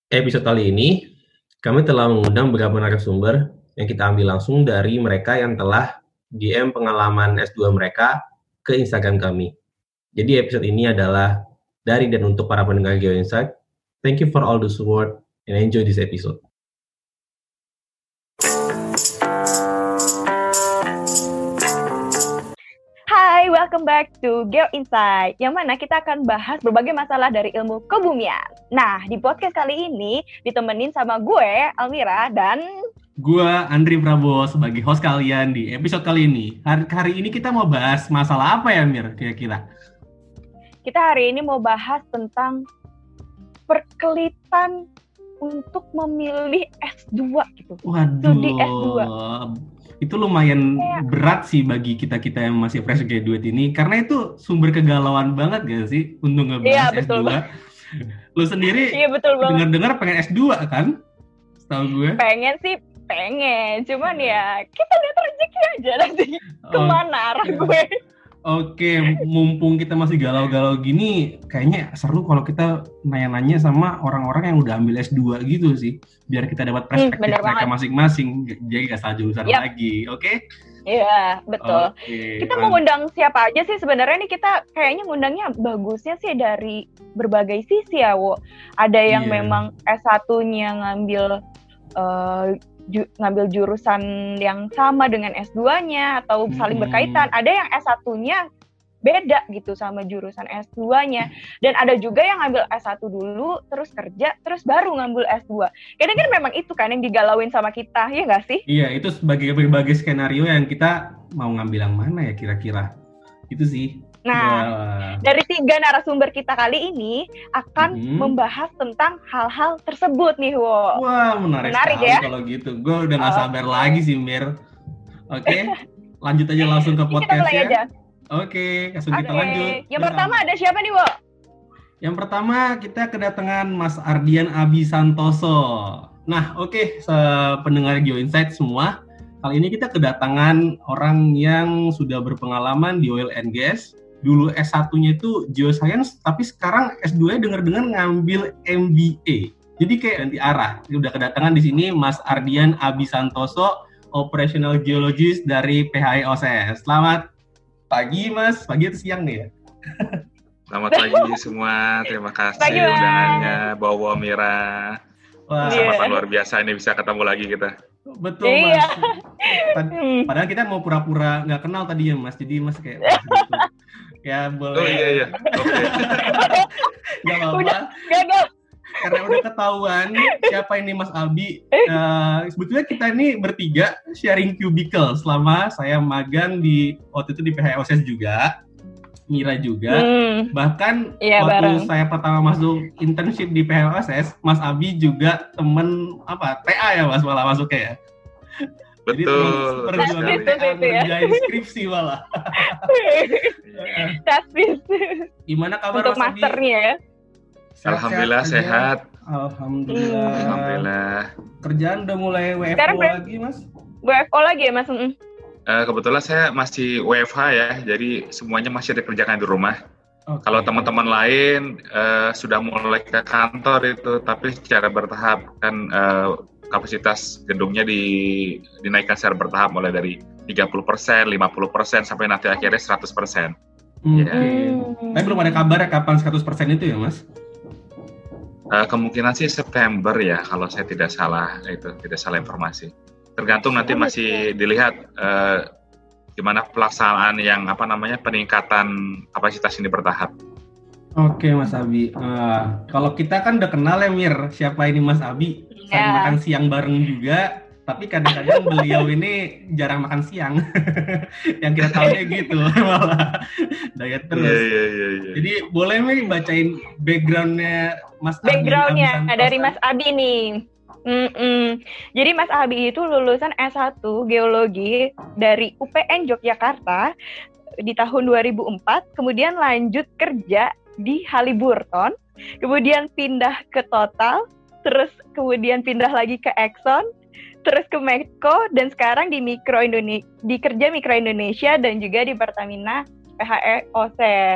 Episode kali ini, kami telah mengundang beberapa narasumber yang kita ambil langsung dari mereka yang telah DM pengalaman S2 mereka ke Instagram kami. Jadi episode ini adalah dari dan untuk para pendengar GeoInsight. Thank you for all the support and enjoy this episode. Hai, welcome back to GeoInsight, yang mana kita akan bahas berbagai masalah dari ilmu kebumian. Nah, di podcast kali ini ditemenin sama gue, Almira, dan gue, Andri Prabowo, sebagai host kalian di episode kali ini. Hari ini kita mau bahas masalah apa ya, Mir, kira-kira? Kita hari ini mau bahas tentang perkelitan untuk memilih S2 gitu. Waduh, studi S2. Itu lumayan berat sih bagi kita-kita yang masih fresh graduate ini, karena itu sumber kegalauan banget gak sih untuk ngebahas S2. Lu sendiri dengar-dengar pengen S2 kan? Setahu gue. Pengen, cuman ya kita lihat rezeki aja nanti kemana arah gue. Oke, mumpung kita masih galau-galau gini, kayaknya seru kalau kita nanya-nanya sama orang-orang yang udah ambil S2 gitu sih, biar kita dapat perspektif mereka masing-masing, jadi gak salah jurusan lagi, oke? Iya, betul. Kita mau ngundang siapa aja sih sebenarnya nih? Kita kayaknya ngundangnya bagusnya sih dari berbagai sisi ya, Wo. Ada yang memang S1-nya ngambil jurusan yang sama dengan S2-nya atau saling berkaitan. Ada yang S1-nya beda gitu sama jurusan S2-nya. Dan ada juga yang ngambil S1 dulu, terus kerja, terus baru ngambil S2. Kadang-kadang memang itu kan yang digalauin sama kita, ya nggak sih? Iya, itu sebagai berbagai skenario yang kita mau ngambil yang mana ya kira-kira. Itu sih. Nah, dari 3 narasumber kita kali ini akan membahas tentang hal-hal tersebut nih, Wo. Wah, menarik sekali ya? Kalau gitu. Gue udah gak sabar lagi sih, Mir. Oke, lanjut aja langsung ke podcastnya. Oke, langsung kita lanjut. Yang pertama ada siapa nih, Wo? Yang pertama kita kedatangan Mas Ardian Abi Santoso. Nah, oke, pendengar GeoInsight semua. Kali ini kita kedatangan orang yang sudah berpengalaman di oil and gas. Dulu S1-nya itu Geoscience, tapi sekarang S2-nya dengar-dengar ngambil MBA. Jadi kayak ganti arah. Udah kedatangan di sini Mas Ardian Abi Santoso, Operational Geologist dari PHI OSS. Selamat pagi, Mas. Pagi atau siang nih ya? Selamat pagi semua. Terima kasih undangannya, Bawa Mira. Kesempatan luar biasa ini bisa ketemu lagi kita. Betul, Mas. Padahal kita mau pura-pura nggak kenal tadi ya, Mas. Jadi Mas kayak gitu. Ya boleh. Oh iya. Oke. Gak apa-apa. Karena udah ketahuan siapa ini Mas Abi. Sebetulnya kita ini bertiga sharing cubicle selama saya magang waktu itu di PHI OSS juga. Mira juga. Bahkan waktu saya pertama masuk internship di PHI OSS, Mas Abi juga temen TA ya Mas malah masuknya ya. Betul. Jadi ngerjain skripsi malah. Gimana kabar untuk Mas Abi? masternya ya? Alhamdulillah sehat. Alhamdulillah. Kerjaan udah mulai WFO lagi Mas? WFO lagi ya Mas? Kebetulan saya masih WFH ya, jadi semuanya masih dikerjakan di rumah. Okay. Kalau teman-teman lain sudah mulai ke kantor itu, tapi secara bertahap kan kapasitas gedungnya dinaikkan secara bertahap mulai dari 30%, 50% sampai nanti akhirnya 100%. Tapi belum ada kabar ya kapan 100% itu ya Mas? Kemungkinan sih September ya kalau saya tidak salah informasi. Tergantung nanti masih dilihat gimana pelaksanaan peningkatan kapasitas ini bertahap. Oke Mas Abi, kalau kita kan udah kenal ya Mir, siapa ini Mas Abi? Saya makan siang bareng juga, tapi kadang-kadang beliau ini jarang makan siang. Yang kita tahunya gitu, malah diet terus. Iya. Jadi boleh Mir bacain backgroundnya Mas Abi? Backgroundnya dari Mas Abi nih. Jadi Mas Abi itu lulusan S1 Geologi dari UPN Yogyakarta di tahun 2004, kemudian lanjut kerja di Halliburton, kemudian pindah ke Total, terus kemudian pindah lagi ke Exxon, terus ke Medco, dan sekarang di Kerja Mikro Indonesia dan juga di Pertamina PHI OSS.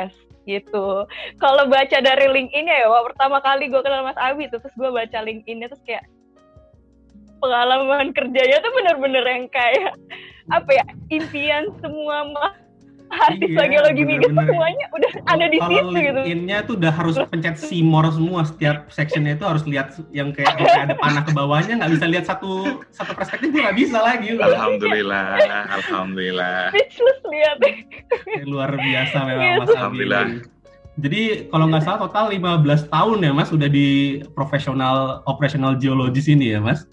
gitu. Kalau baca dari LinkedIn-nya ya, pertama kali gue kenal Mas Abi tuh, terus gue baca LinkedIn-nya terus kayak pengalaman kerjanya tuh bener-bener yang kayak apa ya, impian semua mahasiswa geologi Migas tuh semuanya udah ada di situ gitu. LinkedIn-nya tuh udah harus pencet see more semua, setiap sectionnya itu harus lihat yang kayak ada panah ke bawahnya, nggak bisa lihat satu perspektif, gue nggak bisa lagi. Alhamdulillah. Speechless lihat. Luar biasa memang Mas Abi. Alhamdulillah. Jadi kalau nggak salah total 15 tahun ya Mas udah di profesional operational geologis ini ya Mas?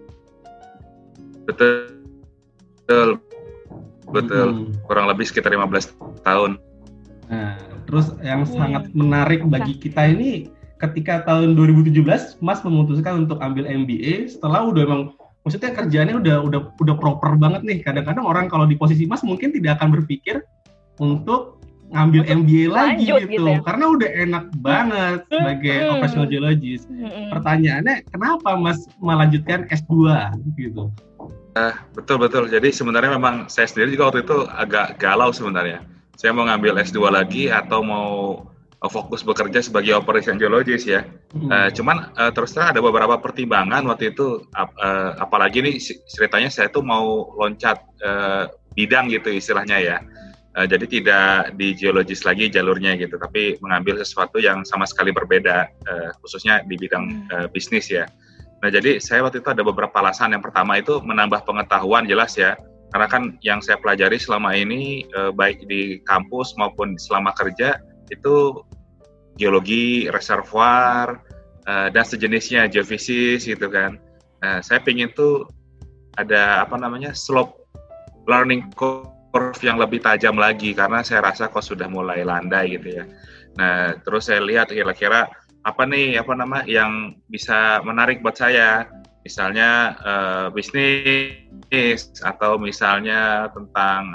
Betul. Kurang lebih sekitar 15 tahun. Nah, terus yang sangat menarik bagi kita ini ketika tahun 2017 Mas memutuskan untuk ambil MBA setelah udah emang maksudnya kerjaannya udah proper banget nih. Kadang-kadang orang kalau di posisi Mas mungkin tidak akan berpikir untuk ngambil MBA lagi gitu ya? Karena udah enak banget sebagai operational geologist. Pertanyaannya kenapa Mas melanjutkan S2 gitu? Betul. Jadi sebenarnya memang saya sendiri juga waktu itu agak galau sebenarnya. Saya mau ngambil S2 lagi atau mau fokus bekerja sebagai operation geologist ya. Cuman terus terang ada beberapa pertimbangan waktu itu. Apalagi nih ceritanya saya tuh mau loncat bidang gitu istilahnya ya. Jadi tidak di geologis lagi jalurnya gitu, tapi mengambil sesuatu yang sama sekali berbeda, khususnya di bidang bisnis ya. Nah, jadi saya waktu itu ada beberapa alasan. Yang pertama itu menambah pengetahuan jelas ya, karena kan yang saya pelajari selama ini baik di kampus maupun selama kerja itu geologi, reservoir dan sejenisnya, geofisis gitu kan. Saya pingin tuh ada slope learning curve yang lebih tajam lagi karena saya rasa kok sudah mulai landai gitu ya. Nah, terus saya lihat kira-kira yang bisa menarik buat saya, misalnya bisnis atau misalnya tentang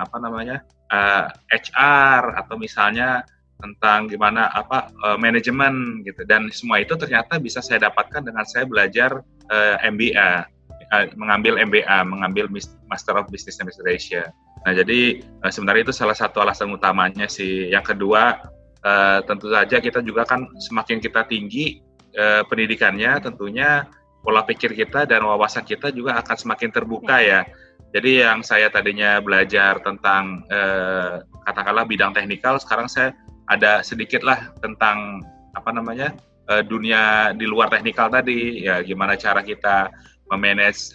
HR atau misalnya tentang gimana manajemen gitu, dan semua itu ternyata bisa saya dapatkan dengan saya belajar MBA, mengambil Master of Business Administration. Nah, jadi sebenarnya itu salah satu alasan utamanya sih. Yang kedua, tentu saja kita juga kan semakin kita tinggi pendidikannya, tentunya pola pikir kita dan wawasan kita juga akan semakin terbuka ya. Jadi yang saya tadinya belajar tentang katakanlah bidang teknikal, sekarang saya ada sedikit lah tentang dunia di luar teknikal tadi ya, gimana cara kita memanage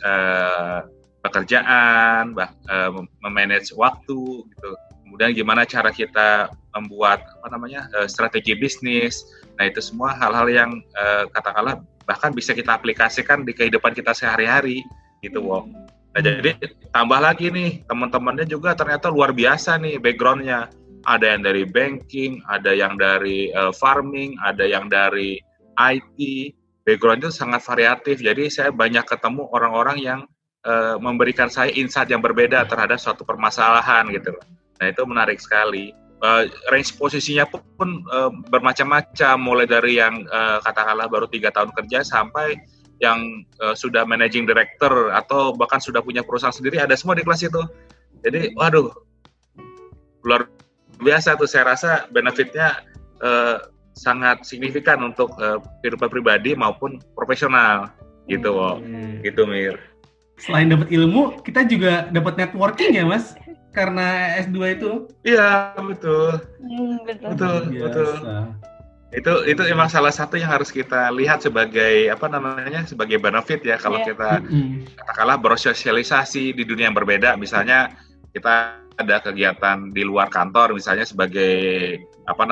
pekerjaan, memanage waktu gitu. Kemudian gimana cara kita membuat strategi bisnis. Nah, itu semua hal-hal yang katakanlah bahkan bisa kita aplikasikan di kehidupan kita sehari-hari gitu, Wo. Nah, jadi tambah lagi nih, teman-temannya juga ternyata luar biasa nih background-nya. Ada yang dari banking, ada yang dari farming, ada yang dari IT. Background itu sangat variatif. Jadi saya banyak ketemu orang-orang yang memberikan saya insight yang berbeda terhadap suatu permasalahan gitu. Nah, itu menarik sekali. Range posisinya pun bermacam-macam, mulai dari yang katakanlah baru 3 tahun kerja sampai yang sudah managing director atau bahkan sudah punya perusahaan sendiri, ada semua di kelas itu. Jadi, waduh, luar biasa tuh. Saya rasa benefitnya sangat signifikan untuk kehidupan pribadi maupun profesional gitu, gitu Mir. Selain dapat ilmu, kita juga dapat networking ya, Mas? Karena S2 itu. Iya, betul. Betul. Itu emang salah satu yang harus kita lihat sebagai sebagai benefit ya, kalau kita katakanlah bersosialisasi di dunia yang berbeda. Misalnya kita ada kegiatan di luar kantor, misalnya sebagai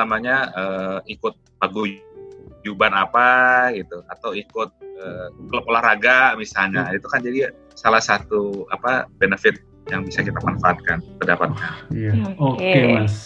ikut paguyuban apa gitu, atau ikut klub olahraga misalnya. Itu kan jadi salah satu benefit yang bisa kita manfaatkan, mendapatkan. Iya. Oke, Mas.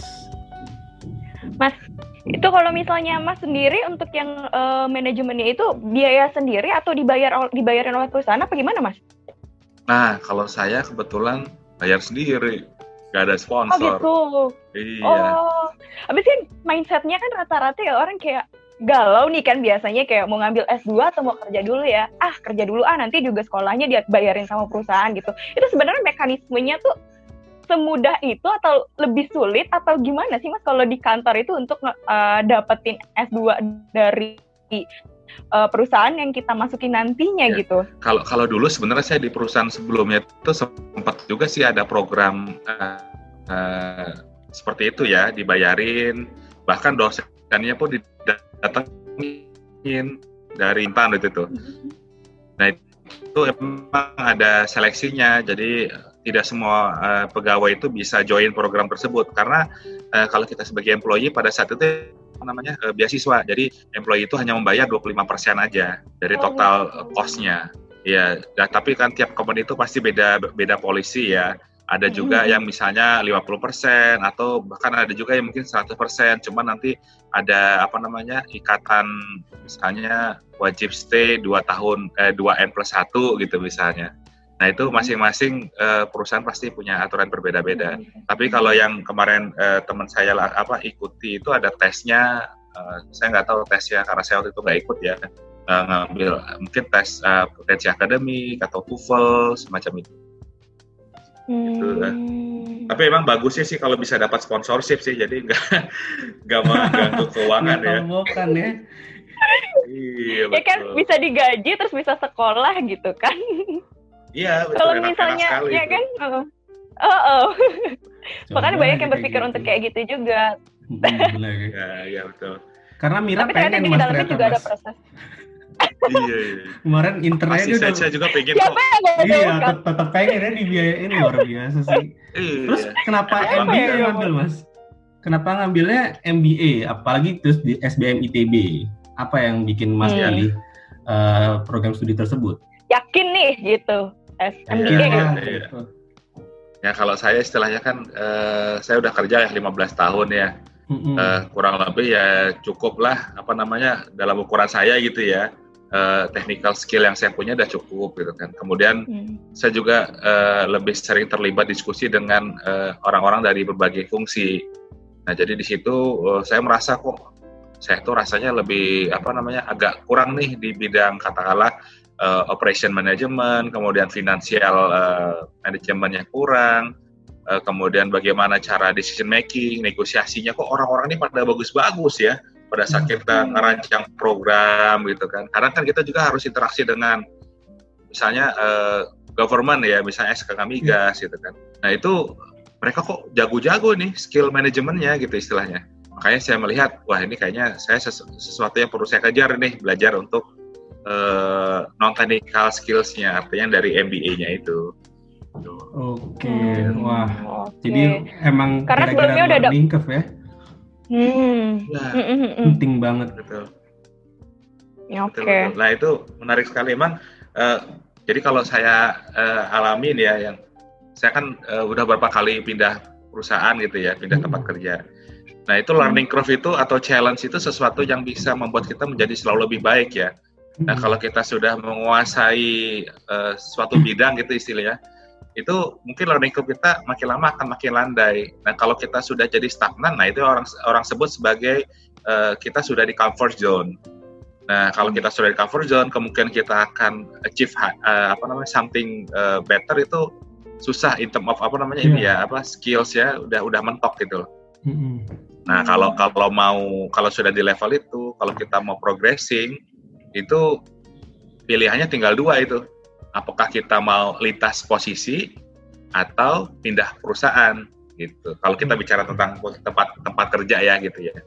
Mas, itu kalau misalnya Mas sendiri untuk yang manajemennya itu biaya sendiri atau dibayarin oleh perusahaan apa gimana, Mas? Nah, kalau saya kebetulan bayar sendiri, nggak ada sponsor. Oh gitu. Iya. Habis kan mindsetnya kan rata-rata ya orang kayak galau nih kan, biasanya kayak mau ngambil S2 atau mau kerja dulu ya. Kerja dulu nanti juga sekolahnya dia bayarin sama perusahaan gitu. Itu sebenarnya mekanismenya tuh semudah itu atau lebih sulit atau gimana sih Mas kalau di kantor itu untuk dapetin S2 dari perusahaan yang kita masukin nantinya gitu? Kalau dulu sebenarnya saya di perusahaan sebelumnya itu sempat juga sih ada program seperti itu ya, dibayarin, bahkan dosennya pun didatengin dari Intan itu. Nah itu emang ada seleksinya, jadi tidak semua pegawai itu bisa join program tersebut karena kalau kita sebagai employee pada saat itu namanya beasiswa, jadi employee itu hanya membayar 25% aja dari total cost-nya. Ya, tapi kan tiap company itu pasti beda policy ya. Ada juga yang misalnya 50% atau bahkan ada juga yang mungkin 100%. Cuma nanti ada ikatan misalnya wajib stay 2 tahun 2N+1 gitu misalnya. Nah itu masing-masing perusahaan pasti punya aturan berbeda-beda. Tapi kalau yang kemarin teman saya ikuti itu ada tesnya. Saya nggak tahu tesnya karena saya waktu itu nggak ikut ya. Ngambil mungkin tes potensi akademik atau TOEFL semacam itu. Gitu, Tapi emang bagusnya sih kalau bisa dapat sponsorship sih, jadi nggak mengganggu keuangan ya. Bukan ya. Iya betul. Ya kan bisa digaji terus bisa sekolah gitu kan. Iya betul. Kalau misalnya ya kan. Makanya banyak yang berpikir gitu. Untuk kayak gitu juga. Benar. Iya betul. Karena Mira tapi pengen di dalamnya juga ada proses. Iya. Kemarin internet saya juga pengen kok. Iya, tetap pengen ya dibiayain, luar biasa sih. Terus kenapa MBA ngambil Mas? Kenapa ngambilnya MBA? Apalagi terus di SBM ITB. Apa yang bikin Mas pilih program studi tersebut? Yakin nih gitu. MBA gitu. Ya kalau saya istilahnya kan saya udah kerja ya 15 tahun ya. Kurang lebih ya cukup lah dalam ukuran saya gitu ya. Technical skill yang saya punya udah cukup gitu kan. Kemudian saya juga lebih sering terlibat diskusi dengan orang-orang dari berbagai fungsi. Nah jadi di situ saya merasa kok saya tuh rasanya lebih agak kurang nih di bidang katakanlah operation management, kemudian financial manajemennya kurang, kemudian bagaimana cara decision making, negosiasinya kok orang-orang ini pada bagus-bagus ya pada saat kita ngerancang program gitu kan. Karena kan kita juga harus interaksi dengan misalnya government ya, misalnya SKK Migas gitu kan. Nah itu mereka kok jago-jago nih skill manajemennya gitu istilahnya. Makanya saya melihat, wah ini kayaknya saya sesuatu yang perlu saya kejar nih, belajar untuk non-technical skills-nya, artinya dari MBA-nya itu. Oke, wah. Jadi emang karena sebelumnya udah ada learning curve ya? Penting banget. Betul. Oke. Nah itu menarik sekali emang. Jadi kalau saya alamin ya, yang saya kan udah berapa kali pindah perusahaan gitu ya, pindah tempat kerja. Nah itu learning curve itu atau challenge itu sesuatu yang bisa membuat kita menjadi selalu lebih baik ya. Nah kalau kita sudah menguasai suatu bidang gitu istilahnya, itu mungkin learning curve kita makin lama akan makin landai. Nah kalau kita sudah jadi stagnan, nah itu orang sebut sebagai kita sudah di comfort zone. Nah kalau kita sudah di comfort zone, kemungkinan kita akan achieve something better itu susah in term of skills ya udah mentok gitu. Nah kalau sudah di level itu, kalau kita mau progressing itu pilihannya tinggal 2 itu. Apakah kita mau lintas posisi atau pindah perusahaan gitu. Kalau kita bicara tentang tempat kerja ya gitu ya.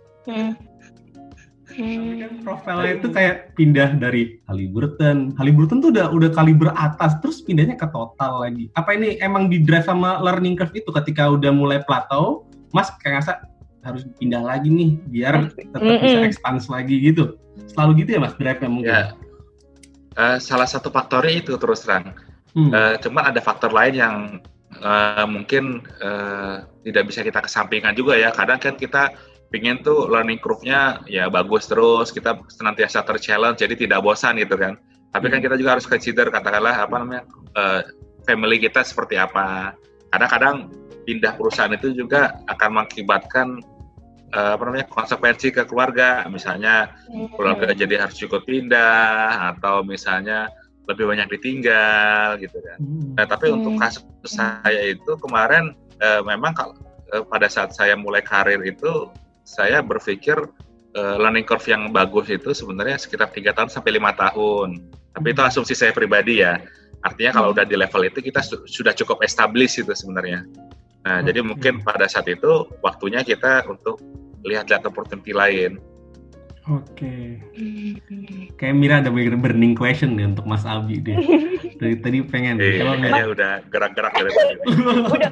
Kan profilnya itu kayak pindah dari Halliburton tuh udah kaliber atas, terus pindahnya ke Total lagi. Apa ini emang di drive sama learning curve itu ketika udah mulai plateau, Mas kayak ngerasa harus pindah lagi nih biar tetap bisa expand lagi gitu. Selalu gitu ya Mas drive-nya mungkin. Ya. Salah satu faktornya itu terus terang. Cuman ada faktor lain yang mungkin tidak bisa kita kesampingkan juga ya. Kadang kan kita pingin tuh learning curve-nya ya bagus terus, kita senantiasa ter-challenge jadi tidak bosan gitu kan. Tapi kan kita juga harus consider katakanlah family kita seperti apa. Kadang-kadang pindah perusahaan itu juga akan mengakibatkan konsekuensi ke keluarga, misalnya keluarga jadi harus ikut pindah atau misalnya lebih banyak ditinggal gitu kan. Nah tapi untuk kasus saya itu kemarin memang pada saat saya mulai karir itu, saya berpikir learning curve yang bagus itu sebenarnya sekitar 3 tahun sampai 5 tahun. Tapi itu asumsi saya pribadi ya. Artinya kalau udah di level itu kita sudah cukup established itu sebenarnya. Nah, jadi mungkin pada saat itu waktunya kita untuk lihat-lihat opportunity lain. Oke. Kayak Mira ada burning question nih untuk Mas Abi deh. Dari tadi pengen. Kayaknya udah gerak-gerak dari tadi. Udah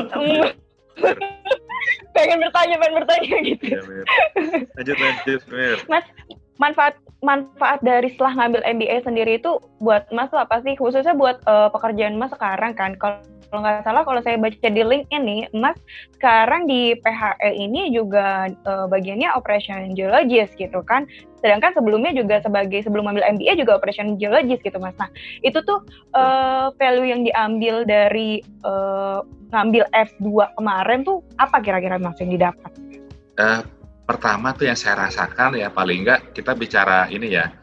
pengen bertanya gitu. Ya, lanjut, Mir. Mas, manfaat dari setelah ngambil MBA sendiri itu buat Mas tuh apa sih? Khususnya buat pekerjaan Mas sekarang kan. Kalau nggak salah, kalau saya baca di LinkedIn nih, Mas sekarang di PHE ini juga bagiannya operation geologist gitu kan. Sedangkan sebelumnya juga sebelum ambil MBA juga operation geologist gitu Mas. Nah, itu tuh value yang diambil dari ngambil S2 kemarin tuh apa kira-kira Mas yang didapat? Pertama tuh yang saya rasakan ya paling nggak kita bicara ini ya,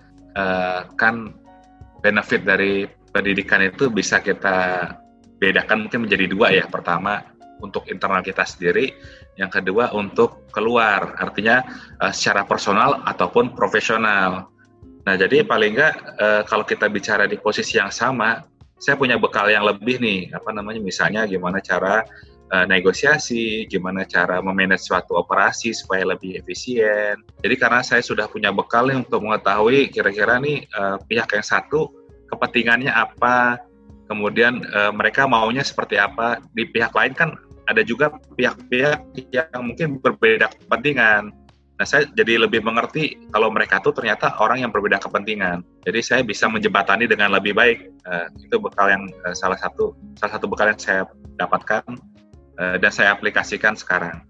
kan benefit dari pendidikan itu bisa kita bedakan mungkin menjadi 2 ya. Pertama untuk internal kita sendiri, yang kedua untuk keluar, artinya secara personal ataupun profesional. Nah jadi paling nggak kalau kita bicara di posisi yang sama, saya punya bekal yang lebih nih, misalnya gimana cara negosiasi, gimana cara memanage suatu operasi supaya lebih efisien. Jadi karena saya sudah punya bekal nih untuk mengetahui kira-kira nih pihak yang satu kepentingannya apa, kemudian mereka maunya seperti apa. Di pihak lain kan ada juga pihak-pihak yang mungkin berbeda kepentingan. Nah saya jadi lebih mengerti kalau mereka tuh ternyata orang yang berbeda kepentingan. Jadi saya bisa menjembatani dengan lebih baik. Itu bekal yang salah satu bekal yang saya dapatkan dan saya aplikasikan sekarang.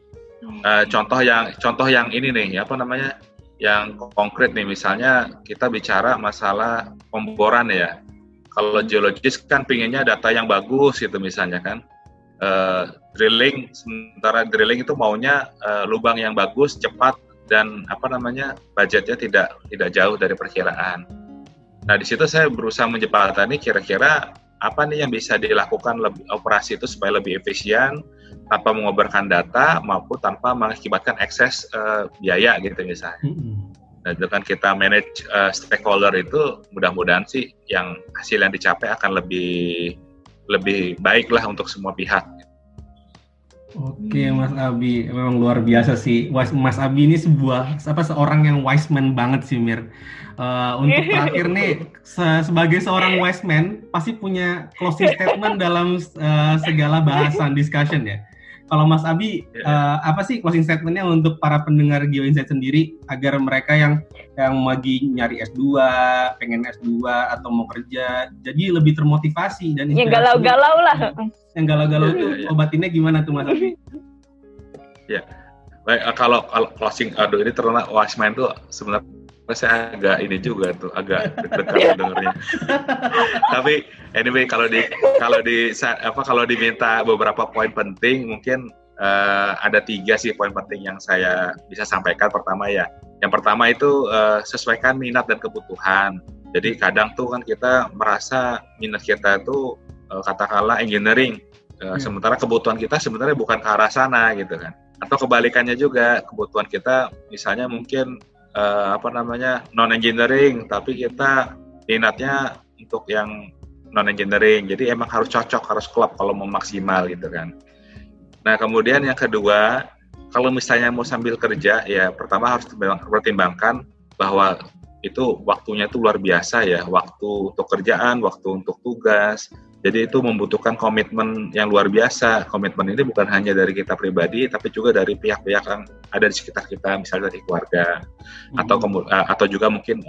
Contoh yang ini nih, yang konkret nih, misalnya kita bicara masalah pemboran ya. Kalau geologis kan pinginnya data yang bagus gitu misalnya kan. Drilling, sementara drilling itu maunya lubang yang bagus, cepat, dan budgetnya tidak jauh dari perkiraan. Nah di situ saya berusaha menjembatani kira-kira apa nih yang bisa dilakukan operasi itu supaya lebih efisien tanpa mengobarkan data maupun tanpa mengakibatkan ekses biaya gitu misalnya. Nah, dengan kita manage stakeholder itu mudah-mudahan sih yang hasil yang dicapai akan lebih baik lah untuk semua pihak. Oke, Mas Abi, memang luar biasa sih. Mas Abi ini seorang yang wise man banget sih, Mir. Untuk terakhir nih, sebagai seorang wise man pasti punya closing statement dalam segala bahasan discussion ya. Kalau Mas Abi, apa sih closing statement-nya untuk para pendengar GeoInsight sendiri agar mereka yang lagi nyari S2, pengen S2 atau mau kerja, jadi lebih termotivasi dan yang galau-galau lah. Yang galau-galau itu obatinnya gimana tuh Mas Abi? Ya, baik. Kalau closing, ini ternyata wise man tuh sebenarnya saya agak ini juga tuh, agak deg-degan dengernya. Tapi anyway, kalau diminta beberapa poin penting, mungkin ada 3 sih poin penting yang saya bisa sampaikan. Yang pertama itu sesuaikan minat dan kebutuhan. Jadi kadang tuh kan kita merasa minat kita itu katakanlah engineering, sementara kebutuhan kita sebenarnya bukan ke arah sana gitu kan. Atau kebalikannya juga, kebutuhan kita misalnya mungkin non-engineering, tapi kita minatnya untuk yang non-engineering. Jadi emang harus cocok, harus klop kalau mau maksimal gitu kan. Nah kemudian yang kedua, kalau misalnya mau sambil kerja, ya pertama harus pertimbangkan bahwa itu waktunya itu luar biasa ya, waktu untuk kerjaan, waktu untuk tugas. Jadi itu membutuhkan komitmen yang luar biasa. Komitmen ini bukan hanya dari kita pribadi, tapi juga dari pihak-pihak yang ada di sekitar kita, misalnya dari keluarga, atau juga mungkin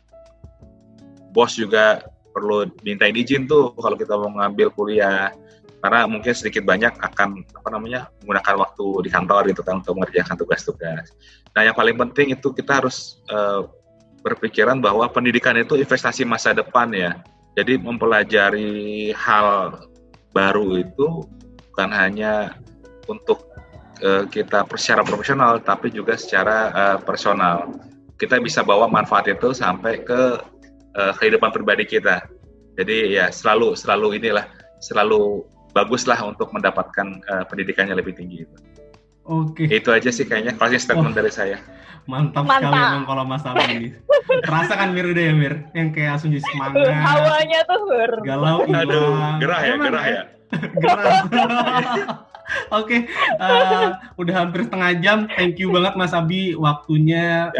bos juga perlu mintain izin tuh kalau kita mau ngambil kuliah, karena mungkin sedikit banyak akan menggunakan waktu di kantor gitu kan untuk mengerjakan tugas-tugas. Nah yang paling penting itu kita harus berpikiran bahwa pendidikan itu investasi masa depan ya. Jadi mempelajari hal baru itu bukan hanya untuk kita secara profesional, tapi juga secara personal. Kita bisa bawa manfaat itu sampai ke kehidupan pribadi kita. Jadi ya selalu baguslah untuk mendapatkan pendidikannya lebih tinggi. Oke. Itu aja sih kayaknya closing statement dari saya. Mantap sekali emang kalau Mas Abi ini. Terasa kan Mir udah ya Mir? Yang kayak langsung jadi semangat. Hawanya tuh galau hilang. Aduh, gerah ya. Gerah. Oke, udah hampir setengah jam. Thank you banget Mas Abi, waktunya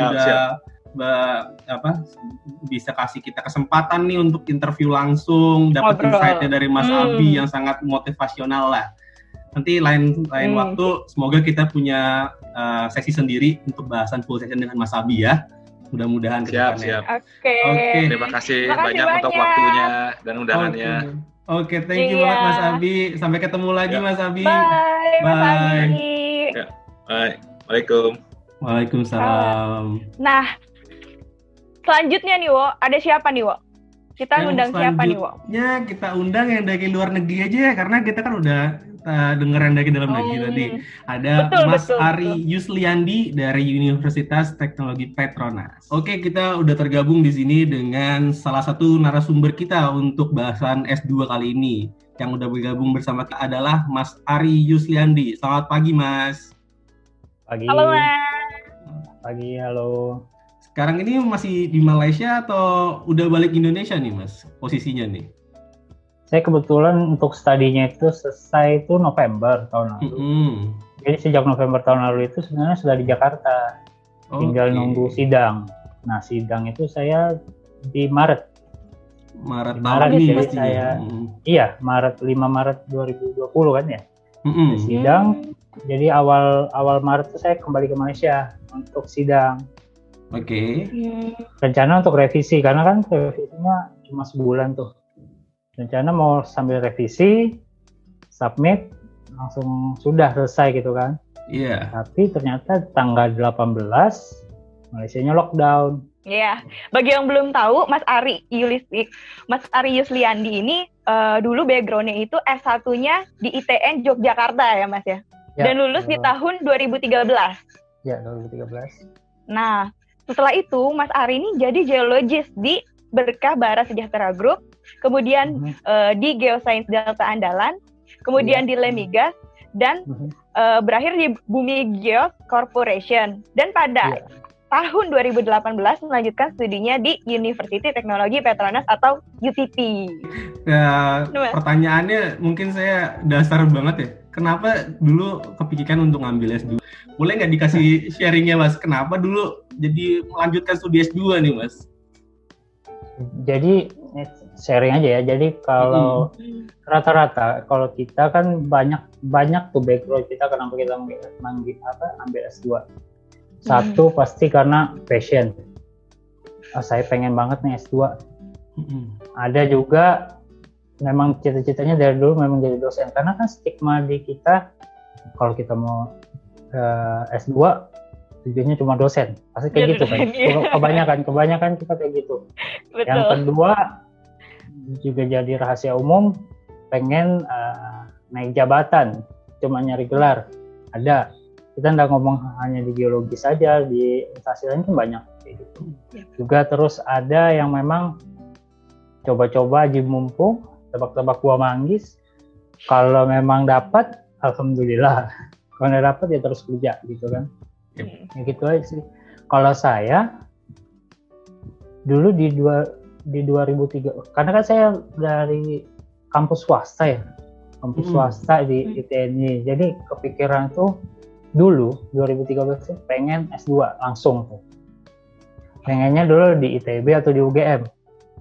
bisa kasih kita kesempatan nih untuk interview langsung, dapat insight-nya dari Mas Abi yang sangat motivasional lah. Nanti lain waktu semoga kita punya sesi sendiri untuk bahasan full session dengan Mas Abi ya. Mudah-mudahan siap. Oke. Terima kasih banyak untuk waktunya dan undangannya. Oke, thank you banget Mas Abi. Sampai ketemu lagi Mas Abi. Bye. Mas Abi. Waalaikumsalam. Waalaikumsalam. Nah, selanjutnya nih Wo, ada siapa nih Wo? Kita undang siapa nih Wo? Ya, kita undang yang dari luar negeri aja ya, karena kita kan udah denger yang dari dalam negeri tadi. Ada Mas Ari Yusliandi dari Universitas Teknologi Petronas. Oke, kita udah tergabung di sini dengan salah satu narasumber kita untuk bahasan S2 kali ini. Yang udah bergabung bersama kita adalah Mas Ari Yusliandi. Selamat pagi, Mas. Pagi. Halo, Mas. Pagi, halo. Sekarang ini masih di Malaysia atau udah balik Indonesia nih, Mas? Posisinya nih. Saya kebetulan untuk studinya itu selesai itu November tahun lalu. Jadi sejak November tahun lalu itu sebenarnya sudah di Jakarta. Tinggal nunggu sidang. Nah, sidang itu saya di Maret tahun ini jadi saya iya, 5 Maret 2020 kan ya. Sidang. Jadi awal Maret itu saya kembali ke Malaysia untuk sidang. Rencana untuk revisi karena kan revisinya cuma sebulan tuh. Rencana mau sambil revisi, submit, langsung sudah selesai gitu kan. Iya. Tapi ternyata tanggal 18, Malaysianya lockdown. Iya. Bagi yang belum tahu, Mas Ari Yusliandi ini dulu background-nya itu S1-nya di ITN Yogyakarta ya Mas ya? Dan lulus di tahun 2013. Ya, 2013. Nah, setelah itu Mas Ari ini jadi geologis di Berkah Bara Sejahtera Group, kemudian di Geoscience Delta Andalan, kemudian di Lemigas, dan berakhir di Bumi Geos Corporation. Dan pada tahun 2018 melanjutkan studinya di University Teknologi Petronas atau UTP. Pertanyaannya mungkin saya dasar banget ya. Kenapa dulu kepikiran untuk ngambil S2? Boleh nggak dikasih sharingnya Mas? Kenapa dulu jadi melanjutkan studi S2 nih Mas? Jadi sharing aja ya. Jadi kalau rata-rata kalau kita kan banyak tuh background kita kenapa kita ambil S2. Satu pasti karena passion. Saya pengen banget nih S2. Ada juga memang cita-citanya dari dulu memang jadi dosen karena kan stigma di kita kalau kita mau S2 tujuannya cuma dosen pasti kayak gitu kan. Kebanyakan kita kayak gitu. Betul. Yang kedua juga jadi rahasia umum pengen naik jabatan cuma nyari gelar ada. Kita nggak ngomong hanya di geologi saja, di instansi lain kan banyak kayak gitu. Juga terus ada yang memang coba-coba aji mumpung, tebak-tebak buah manggis. Kalau memang dapat, alhamdulillah. Kalau nggak dapat ya terus kerja gitu kan. Ya gitu aja sih. Kalau saya dulu di 2003, karena kan saya dari kampus swasta ya, swasta di ITN. Jadi kepikiran tuh dulu 2013 tuh pengen S2 langsung tuh. Pengennya dulu di ITB atau di UGM.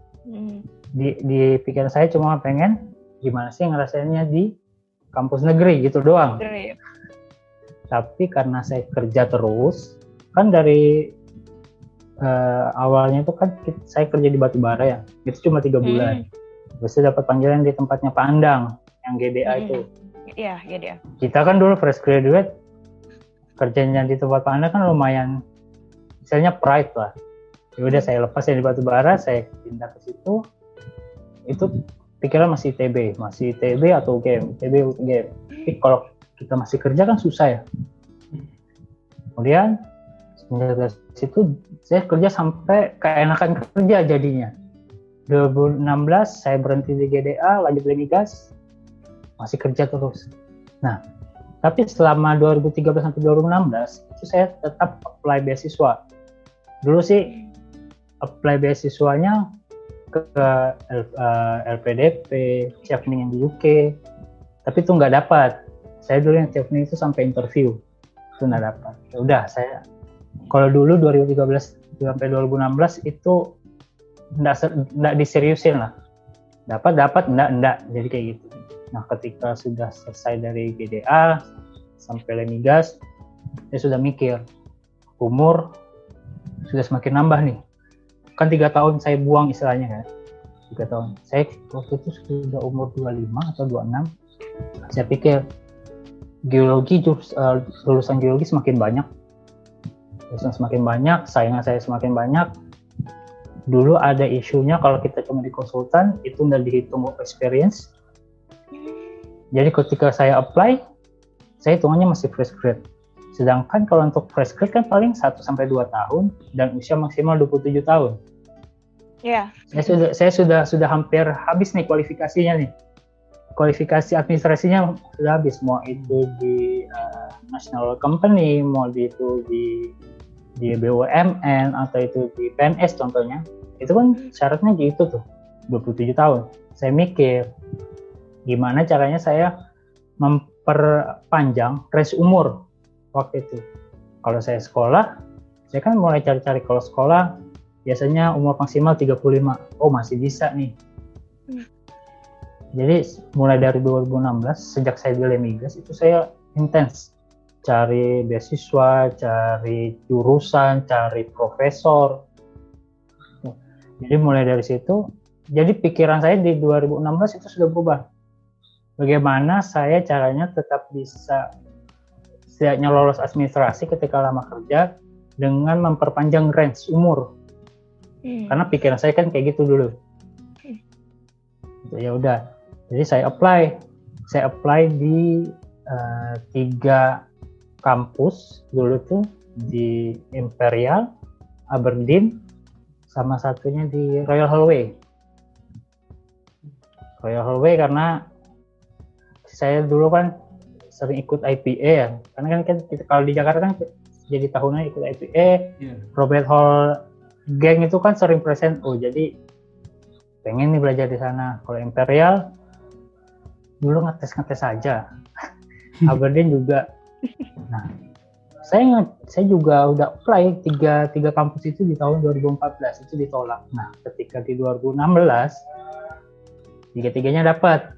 Di pikiran saya cuma pengen gimana sih ngerasainnya di kampus negeri gitu doang. Tapi karena saya kerja terus, kan dari awalnya tuh kan saya kerja di batubara ya, itu cuma 3 bulan. Terus saya dapat panggilan di tempatnya Pak Andang yang GDA itu. Iya, GDA. Kita kan dulu fresh graduate, kerjanya di tempat Pak Andang kan lumayan, misalnya pride lah. Ya udah saya lepas yang di batubara, saya pindah ke situ. Itu pikiran masih ITB atau UGM, ITB UGM. Tapi kalau kita masih kerja kan susah ya. Kemudian dari situ saya kerja sampai keenakan kerja jadinya. 2016 saya berhenti di GDA, lanjut Lemigas. masih kerja terus. Nah, tapi selama 2013 sampai 2016 itu saya tetap apply beasiswa. Dulu sih apply beasiswanya ke LPDP, Chevening yang di UK, tapi itu nggak dapat. Saya dulu yang Chevening itu sampai interview, itu nggak dapat. Ya udah, saya kalau dulu 2013 sampai 2016 itu nggak diseriusin lah. Dapat, enggak, jadi kayak gitu. Nah, ketika sudah selesai dari GDA sampai Lemigas, saya sudah mikir, umur sudah semakin nambah nih. Kan 3 tahun saya buang istilahnya kan. 3 tahun. Saya waktu itu sudah umur 25 atau 26. Saya pikir, geologi, lulusan geologi semakin banyak. Saingan saya semakin banyak. Dulu ada isunya kalau kita cuma di konsultan, itu nggak dihitung experience. Jadi ketika saya apply, saya hitungannya masih fresh grade. Sedangkan kalau untuk fresh grade kan paling 1-2 tahun dan usia maksimal 27 tahun. Iya. Yeah. Saya sudah hampir habis nih kualifikasinya nih. Kualifikasi administrasinya sudah habis, mau itu di national company, mau itu di BUMN atau itu di PNS contohnya. Itu kan syaratnya gitu tuh, 27 tahun. Saya mikir, gimana caranya saya memperpanjang range umur waktu itu. Kalau saya sekolah, saya kan mulai cari-cari kalau sekolah, biasanya umur maksimal 35. Oh, masih bisa nih. Jadi, mulai dari 2016, sejak saya di Lemigas, itu saya intens. Cari beasiswa, cari jurusan, cari profesor. Jadi mulai dari situ, jadi pikiran saya di 2016 itu sudah berubah. Bagaimana saya caranya tetap bisa setidaknya lolos administrasi ketika lama kerja dengan memperpanjang range umur. Karena pikiran saya kan kayak gitu dulu. Ya udah, jadi saya apply di 3 kampus dulu tuh, di Imperial, Aberdeen, sama satunya di Royal Holloway karena saya dulu kan sering ikut IPA ya, karena kan kita, kalau di Jakarta kan jadi tahunan ikut IPA, Robert Hall Gang itu kan sering present, jadi pengen nih belajar di sana. Kalau Imperial dulu ngetes aja, Aberdeen juga. Nah, saya juga udah apply 3 kampus itu di tahun 2014, itu ditolak. Nah, ketika di 2016 tiga-tiganya dapat.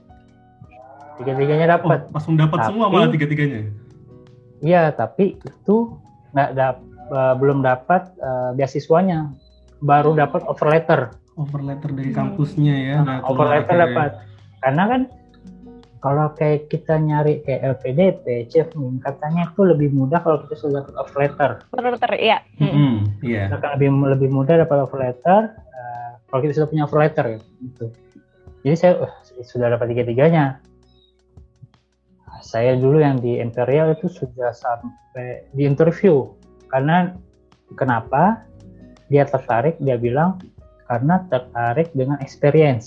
Langsung dapat semua malah tiga-tiganya. Iya, tapi itu belum dapat beasiswanya, baru dapat offer letter. Offer letter dari kampusnya ya. Offer letter dapat. Karena kan kalau kayak kita nyari kayak LPDP, Chevening, katanya itu lebih mudah kalau kita sudah dapat offer letter. Offer letter, iya. Iya. Lebih mudah dapat offer letter kalau kita sudah punya offer letter gitu. Jadi saya sudah dapat 3-tiganya. Saya dulu yang di Imperial itu sudah sampai di interview. Karena kenapa? Dia bilang karena tertarik dengan experience.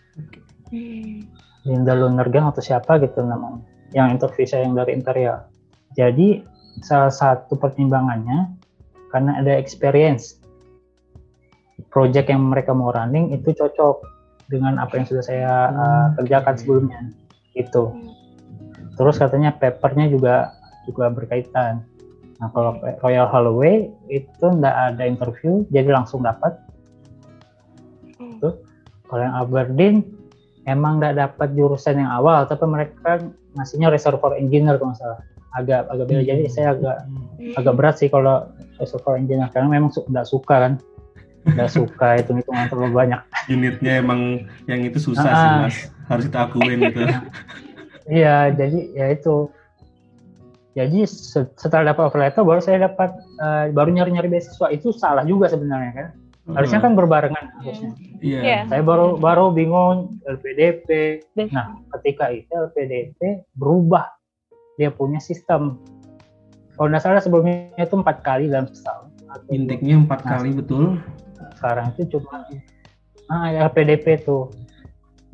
Linda Lunergang atau siapa gitu namanya, yang interview saya yang dari Imperial. Jadi salah satu pertimbangannya karena ada experience, project yang mereka mau running itu cocok dengan apa yang sudah saya kerjakan sebelumnya gitu. Terus katanya papernya juga berkaitan. Nah, kalau Royal Holloway itu nggak ada interview, jadi langsung dapat. Tuh. Kalau yang Aberdeen emang nggak dapat jurusan yang awal, tapi mereka ngasihnya reservoir engineer kalau nggak salah. Agak beda. Jadi saya agak berat sih kalau reservoir engineer, karena memang nggak suka kan. Nggak suka hitung-hitungan terlalu banyak. Unitnya emang yang itu susah sih Mas, harus kita akuin gitu. Iya, jadi ya itu. Jadi setelah dapat offer letter baru saya baru nyari beasiswa. Itu salah juga sebenarnya kan. Harusnya kan berbarengan harusnya. Iya. Saya baru bingung LPDP. Nah, ketika itu LPDP berubah, dia punya sistem. Kalau nggak salah sebelumnya itu 4 kali dalam setahun. Intiknya 4 kali betul. Sekarang itu cuma LPDP tuh.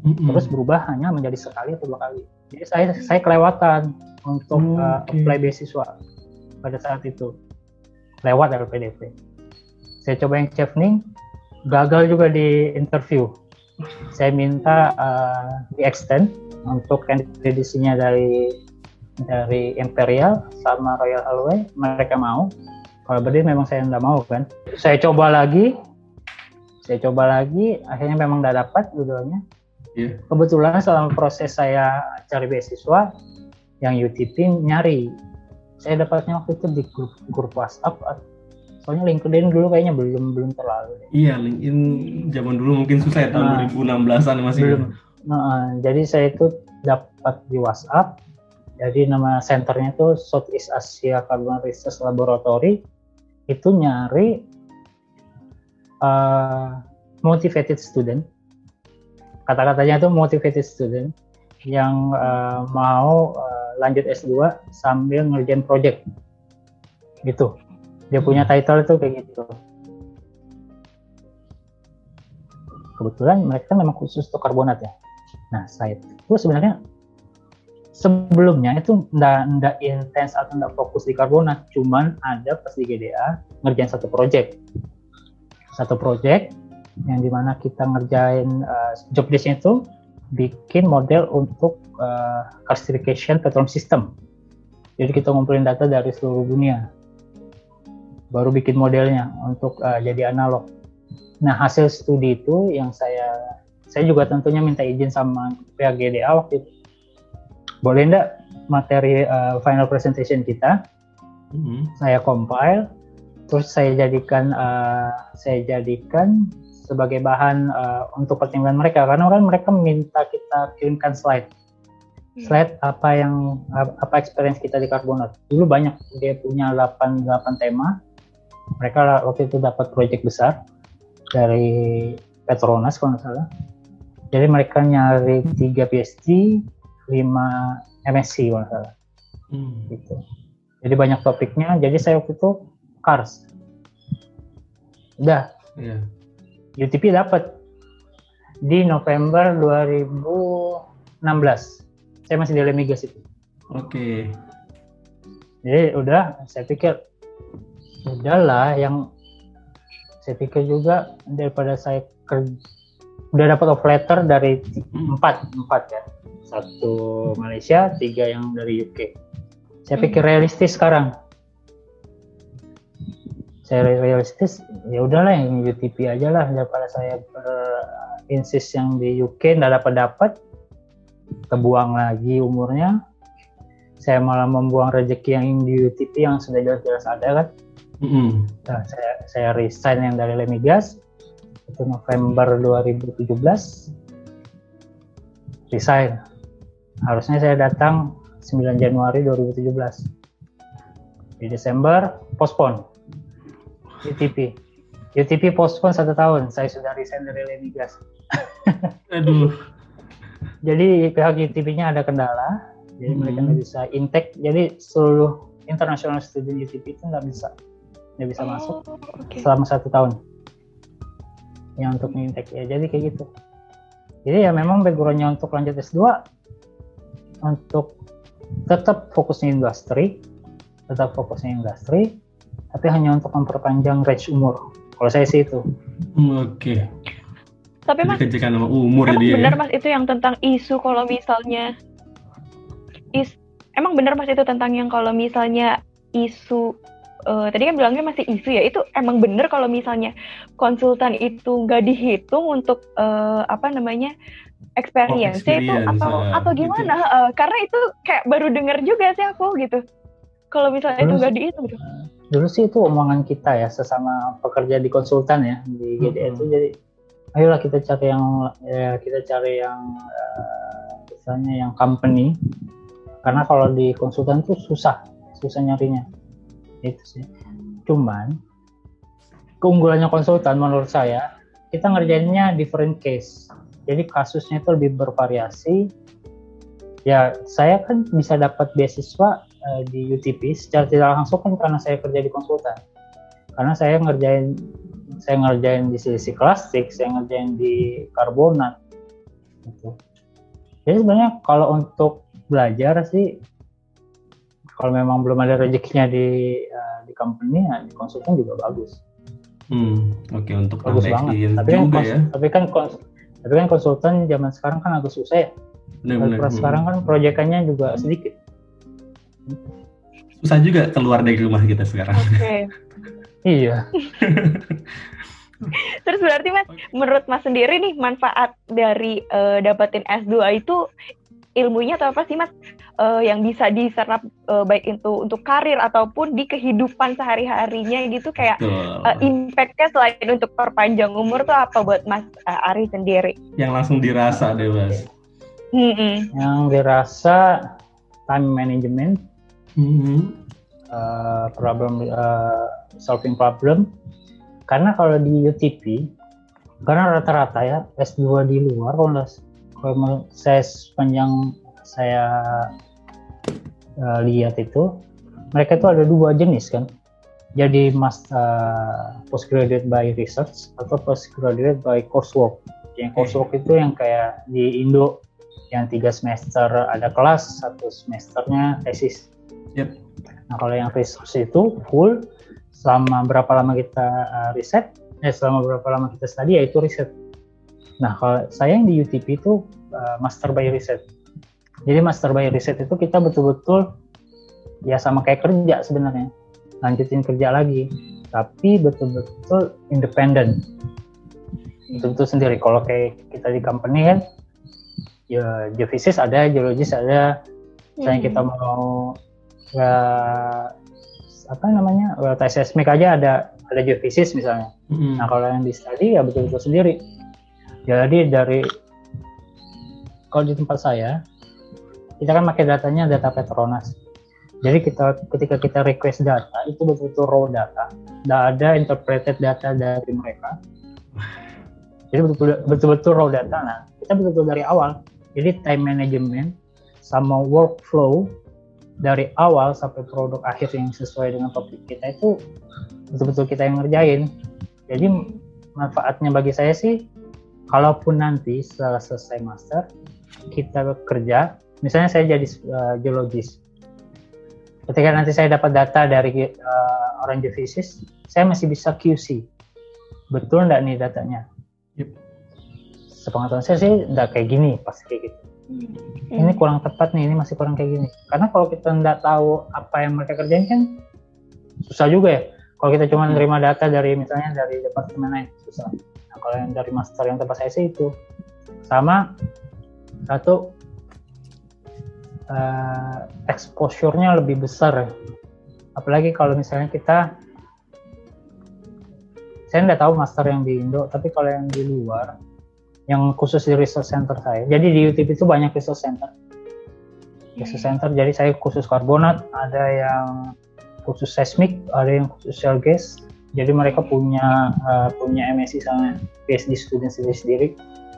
terus berubah hanya menjadi sekali atau 2 kali. Jadi saya kelewatan untuk apply beasiswa pada saat itu lewat LPDP. Saya coba yang chevening, gagal juga di interview. Saya minta di extend untuk kandidasinya dari Imperial sama Royal Holloway, mereka mau. Kalau berdiri memang saya nggak mau kan. Saya coba lagi, akhirnya memang nggak dapat dua-duanya. Yeah. Kebetulan selama proses saya cari beasiswa, yang UTP nyari. Saya dapatnya waktu itu di grup WhatsApp. Soalnya LinkedIn dulu kayaknya belum terlalu. Iya, LinkedIn zaman dulu mungkin susah ya, tahun 2016-an masih. Belum. Jadi saya itu dapat di WhatsApp. Jadi nama senternya itu Southeast Asia Carbon Research Laboratory. Itu nyari motivated student. Kata-katanya itu motivated student yang mau lanjut S2 sambil ngerjain project. Gitu. Dia punya title itu kayak gitu. Kebetulan mereka memang khusus untuk karbonat ya. Nah, saya itu sebenarnya sebelumnya itu nggak intens atau nggak fokus di karbonat, cuman ada pas di GDA ngerjain satu project yang dimana kita ngerjain job desk-nya itu bikin model untuk gasification petroleum system. Jadi kita ngumpulin data dari seluruh dunia, baru bikin modelnya untuk jadi analog. Nah, hasil studi itu yang saya juga tentunya minta izin sama pihak GDA waktu itu. Boleh enggak materi final presentation kita, saya compile, terus saya jadikan sebagai bahan untuk pertimbangan mereka, karena kan mereka minta kita kirimkan slide apa experience kita di karbonat. Dulu banyak, dia punya 8 tema. Mereka waktu itu dapat proyek besar dari Petronas kalau nggak salah. Jadi mereka nyari 3 PhD, 5 MSc kalau nggak salah. Gitu. Jadi banyak topiknya. Jadi saya waktu itu Cars. Udah. Yeah. UTP dapat di November 2016. Saya masih di Lemigas itu. Oke. Jadi udah, saya pikir udahlah, yang saya pikir juga daripada saya udah dapat offer letter dari 4 ya. 1 Malaysia, 3 yang dari UK. Saya pikir realistis sekarang. Saya realistis, ya udahlah yang UTP aja lah, daripada saya insist yang di UK nggak dapat, kebuang lagi umurnya. Saya malah membuang rezeki yang di UTP yang sudah jelas-jelas ada kan. Nah, saya resign yang dari Lemigas itu November 2017, resign. Harusnya saya datang 9 Januari 2017. Di Desember postpone. UTP postpone 1 tahun. Saya sudah resign dari Lemigas. Aduh. Jadi pihak UTP-nya ada kendala. Jadi mereka nggak bisa intake. Jadi seluruh international student UTP itu nggak bisa masuk selama 1 tahun. Yang untuk intake ya. Jadi kayak gitu. Jadi ya memang background-nya untuk lanjut S2 untuk tetap fokusnya industri, tapi hanya untuk memperpanjang range umur. Kalau saya sih itu. Oke. Tapi Mas, kejekan sama umur jadi benar Mas itu yang tentang isu kalau misalnya emang benar Mas itu tentang yang kalau misalnya isu tadi kan bilangnya masih isu ya, itu emang benar kalau misalnya konsultan itu nggak dihitung untuk experience itu atau gimana? Gitu. Karena itu kayak baru dengar juga sih aku gitu. Kalau misalnya itu nggak dihitung gitu. Dulu sih itu omongan kita ya sesama pekerja di konsultan ya di GDA itu, jadi ayolah kita cari yang misalnya yang company, karena kalau di konsultan tuh susah nyarinya itu sih. Cuman keunggulannya konsultan menurut saya, kita ngerjainnya different case, jadi kasusnya itu lebih bervariasi. Ya saya kan bisa dapat beasiswa di UTP secara tidak langsung kan karena saya kerja di konsultan, karena saya ngerjain di silisi plastik, saya ngerjain di karbonat, gitu. Jadi sebenarnya kalau untuk belajar sih, kalau memang belum ada rezekinya di company, ya, di konsultan juga bagus. Oke, untuk bagus nambah banget. experience Tapi kan, juga ya. Tapi kan konsultan zaman sekarang kan agak susah ya. Benar-benar. Sekarang kan proyekannya juga sedikit. Susah juga keluar dari rumah kita sekarang. Oke. Iya. Terus berarti Mas, menurut Mas sendiri nih manfaat dari dapetin S2 itu ilmunya atau apa sih Mas yang bisa diserap baik itu untuk karir ataupun di kehidupan sehari-harinya gitu, kayak impact-nya selain untuk perpanjang umur tuh apa buat Mas Ari sendiri? Yang langsung dirasa deh Mas. Yang dirasa time management, solving problem. Karena kalau di UTP, karena rata-rata ya S2 di luar, kalau saya sepanjang saya lihat itu, mereka itu ada dua jenis kan. Jadi postgraduate by research atau postgraduate by coursework. Yang coursework itu yang kayak di Indo, yang 3 semester ada kelas, 1 semesternya tesis. Yep. Nah kalau yang research itu full, selama berapa lama kita selama berapa lama kita study, yaitu riset. Nah kalau saya yang di UTP itu master by riset. Jadi master by riset itu kita betul-betul ya sama kayak kerja sebenarnya, lanjutin kerja lagi, tapi betul-betul independen, betul-betul sendiri. Kalau kayak kita di company kan, ya geofisis ada, geologis ada, misalnya kita mau tes seismik aja ada geofisis misalnya. Nah kalau yang di study ya betul-betul sendiri. Jadi kalau di tempat saya, kita kan pakai datanya data Petronas. Jadi ketika kita request data itu betul-betul raw data, tidak ada interpreted data dari mereka. Jadi betul-betul raw data. Nah kita betul-betul dari awal. Jadi time management sama workflow dari awal sampai produk akhir yang sesuai dengan topik kita itu betul-betul kita yang ngerjain. Jadi manfaatnya bagi saya sih, kalaupun nanti setelah selesai master kita bekerja, misalnya saya jadi geologis, ketika nanti saya dapat data dari orang geofisis, saya masih bisa QC, betul nggak nih datanya? Yep. Sepengetahuan saya sih nggak kayak gini, pasti kayak gitu. Ini kurang tepat nih, ini masih kurang kayak gini. Karena kalau kita nggak tahu apa yang mereka kerjain kan susah juga ya. Kalau kita cuma menerima data dari misalnya dari departemen lain, susah. Nah kalau yang dari master yang tempat saya sih itu sama satu, exposure-nya lebih besar. Apalagi kalau misalnya saya nggak tahu master yang di Indo, tapi kalau yang di luar, yang khusus di research center saya. Jadi di UTP itu banyak research center. Jadi saya khusus karbonat, ada yang khusus seismik, ada yang khusus shale gas. Jadi mereka punya MSc sama PhD student sendiri.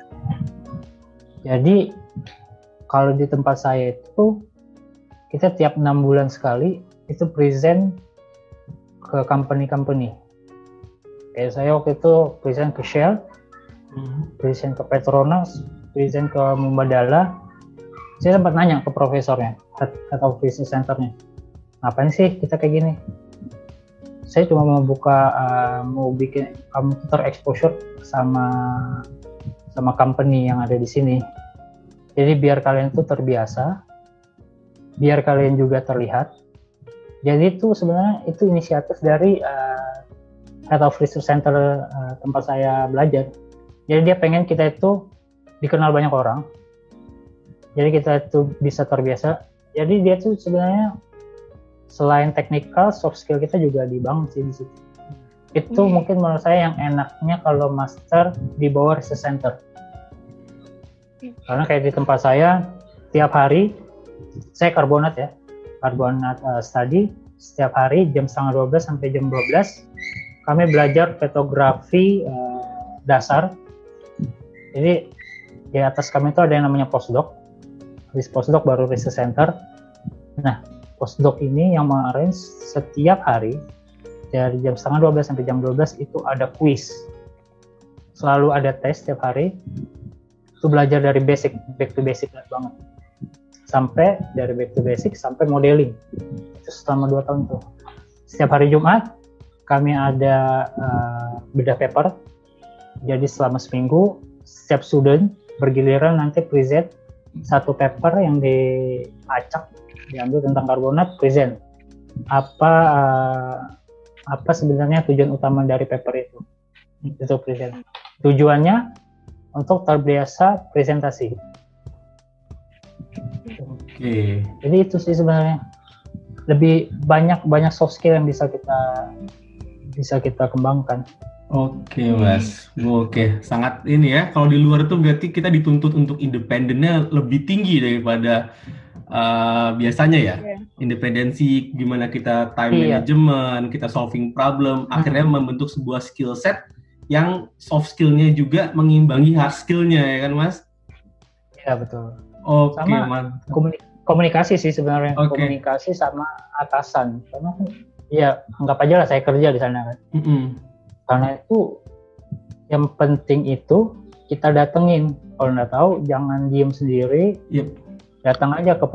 Jadi kalau di tempat saya itu kita tiap 6 bulan sekali itu present ke company. Kayak saya waktu itu present ke Shell, present ke Petronas, present ke Mubadala. Saya sempat nanya ke profesornya atau research centernya, ngapain sih kita kayak gini? Saya cuma mau bikin computer exposure sama company yang ada di sini. Jadi biar kalian tuh terbiasa, biar kalian juga terlihat. Jadi itu sebenarnya itu inisiatif dari Head of Research Center tempat saya belajar. Jadi dia pengen kita itu dikenal banyak orang. Jadi kita itu bisa terbiasa. Jadi dia tuh sebenarnya selain technical, soft skill kita juga dibangun sih di situ. Itu mungkin menurut saya yang enaknya kalau master di bawah research center. Karena kayak di tempat saya, tiap hari, saya karbonat study, setiap hari jam 11:30 sampai jam 12, kami belajar petrografi dasar. Jadi di atas kami itu ada yang namanya postdoc. Habis postdoc baru research center. Nah, postdoc ini yang mengarrange setiap hari dari jam 11:30 sampai jam 12 itu ada quiz. Selalu ada tes setiap hari. Itu belajar dari basic, back to basic banget. Sampai dari back to basic sampai modeling. Itu selama 2 tahun tuh. Setiap hari Jumat kami ada bedah paper. Jadi selama seminggu setiap student bergiliran nanti present satu paper yang diacak, diambil tentang karbonat, present. Apa sebenarnya tujuan utama dari paper itu present. Tujuannya untuk terbiasa presentasi. Oke. Jadi itu sih sebenarnya, lebih banyak soft skill yang bisa kita kembangkan. Oke Mas, oke, sangat ini ya. Kalau di luar itu berarti kita dituntut untuk independennya lebih tinggi daripada biasanya ya. Independensi, gimana kita time management, kita solving problem, akhirnya membentuk sebuah skill set yang soft skillnya juga mengimbangi hard skillnya, ya kan Mas? Iya betul. Oke, sama komunikasi sih sebenarnya, komunikasi sama atasan. Karena ya anggap aja lah saya kerja di sana kan. Karena itu yang penting itu kita datengin. Kalau nggak tahu jangan diem sendiri. Datang aja ke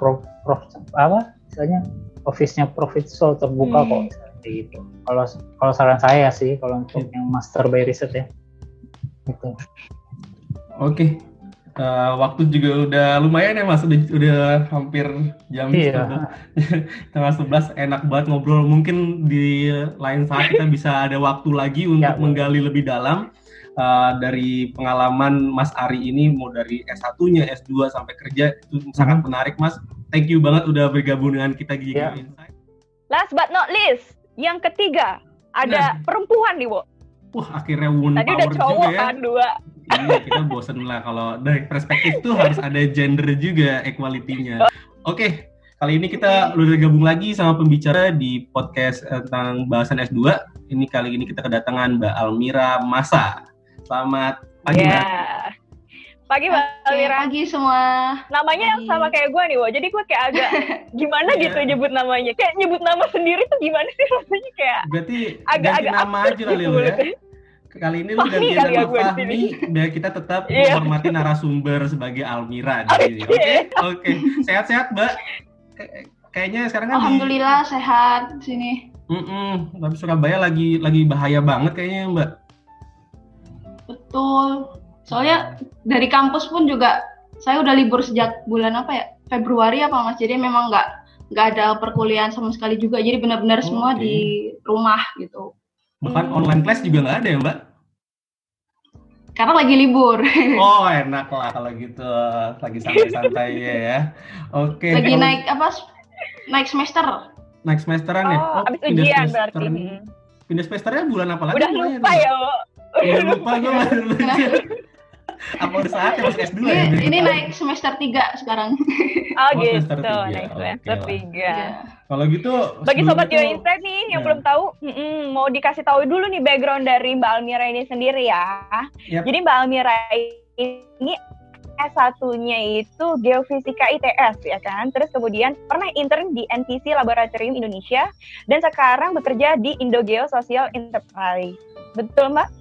office-nya Profitsol terbuka kok seperti itu. Kalau saran saya sih kalau untuk yang master by research ya. Gitu. Oke. Waktu juga udah lumayan ya Mas, udah hampir jam tengah 11, enak banget ngobrol. Mungkin di lain saat kita bisa ada waktu lagi untuk menggali lebih dalam dari pengalaman Mas Ari ini, mau dari S1-nya, S2 sampai kerja, itu sangat menarik Mas. Thank you banget udah bergabung dengan kita di Insight. Last but not least, yang ketiga ada perempuan nih, Bo. Wah, akhirnya woman tadi power udah cowok juga ya. Kan 2. Iya, kita bosen lah kalau dari perspektif tuh harus ada gender juga, equality-nya. Oke, kali ini kita udah gabung lagi sama pembicara di podcast tentang bahasan S2. Kali ini kita kedatangan Mbak Almira Massa. Selamat pagi, Mbak. Pagi, Mbak Almira. Pagi semua. Namanya yang sama kayak gue nih, Wo. Jadi gue kayak agak gimana gitu nyebut namanya. Kayak nyebut nama sendiri tuh gimana sih rasanya kayak. Berarti agak nama aja lah Lil ya. Kali ini lu ganti nama Fahmi biar kita tetap menghormati narasumber sebagai Almira di sini. Oke. Sehat-sehat, Mbak. Kayaknya sekarang kan Alhamdulillah sehat di sini. Tapi Surabaya lagi bahaya banget kayaknya, Mbak. Betul. Soalnya dari kampus pun juga saya udah libur sejak bulan Februari Mas. Jadi memang nggak ada perkuliahan sama sekali juga. Jadi benar-benar semua di rumah gitu. Bahkan online class juga nggak ada ya, Mbak? Karena lagi libur. Oh, enak lah kalau gitu. Lagi santai-santai ya. Oke. Lagi naik semester. Naik semesteran ya? Oh, abis ujian berarti. Pindah semesternya bulan apa lagi? Udah lupa ya, Bo. Udah lupa gue. Apa udah saatnya masuk S2 ya? Ini naik semester 3 sekarang. Oh gitu, naik semester 3. Kalau gitu, bagi Sobat Geoinsight nih yang belum tahu, mau dikasih tahu dulu nih background dari Mbak Almira ini sendiri ya. Jadi Mbak Almira ini S1-nya itu Geofisika ITS ya kan. Terus kemudian pernah intern di NPC Laboratorium Indonesia dan sekarang bekerja di Indogeo Social Enterprise. Betul, Mbak?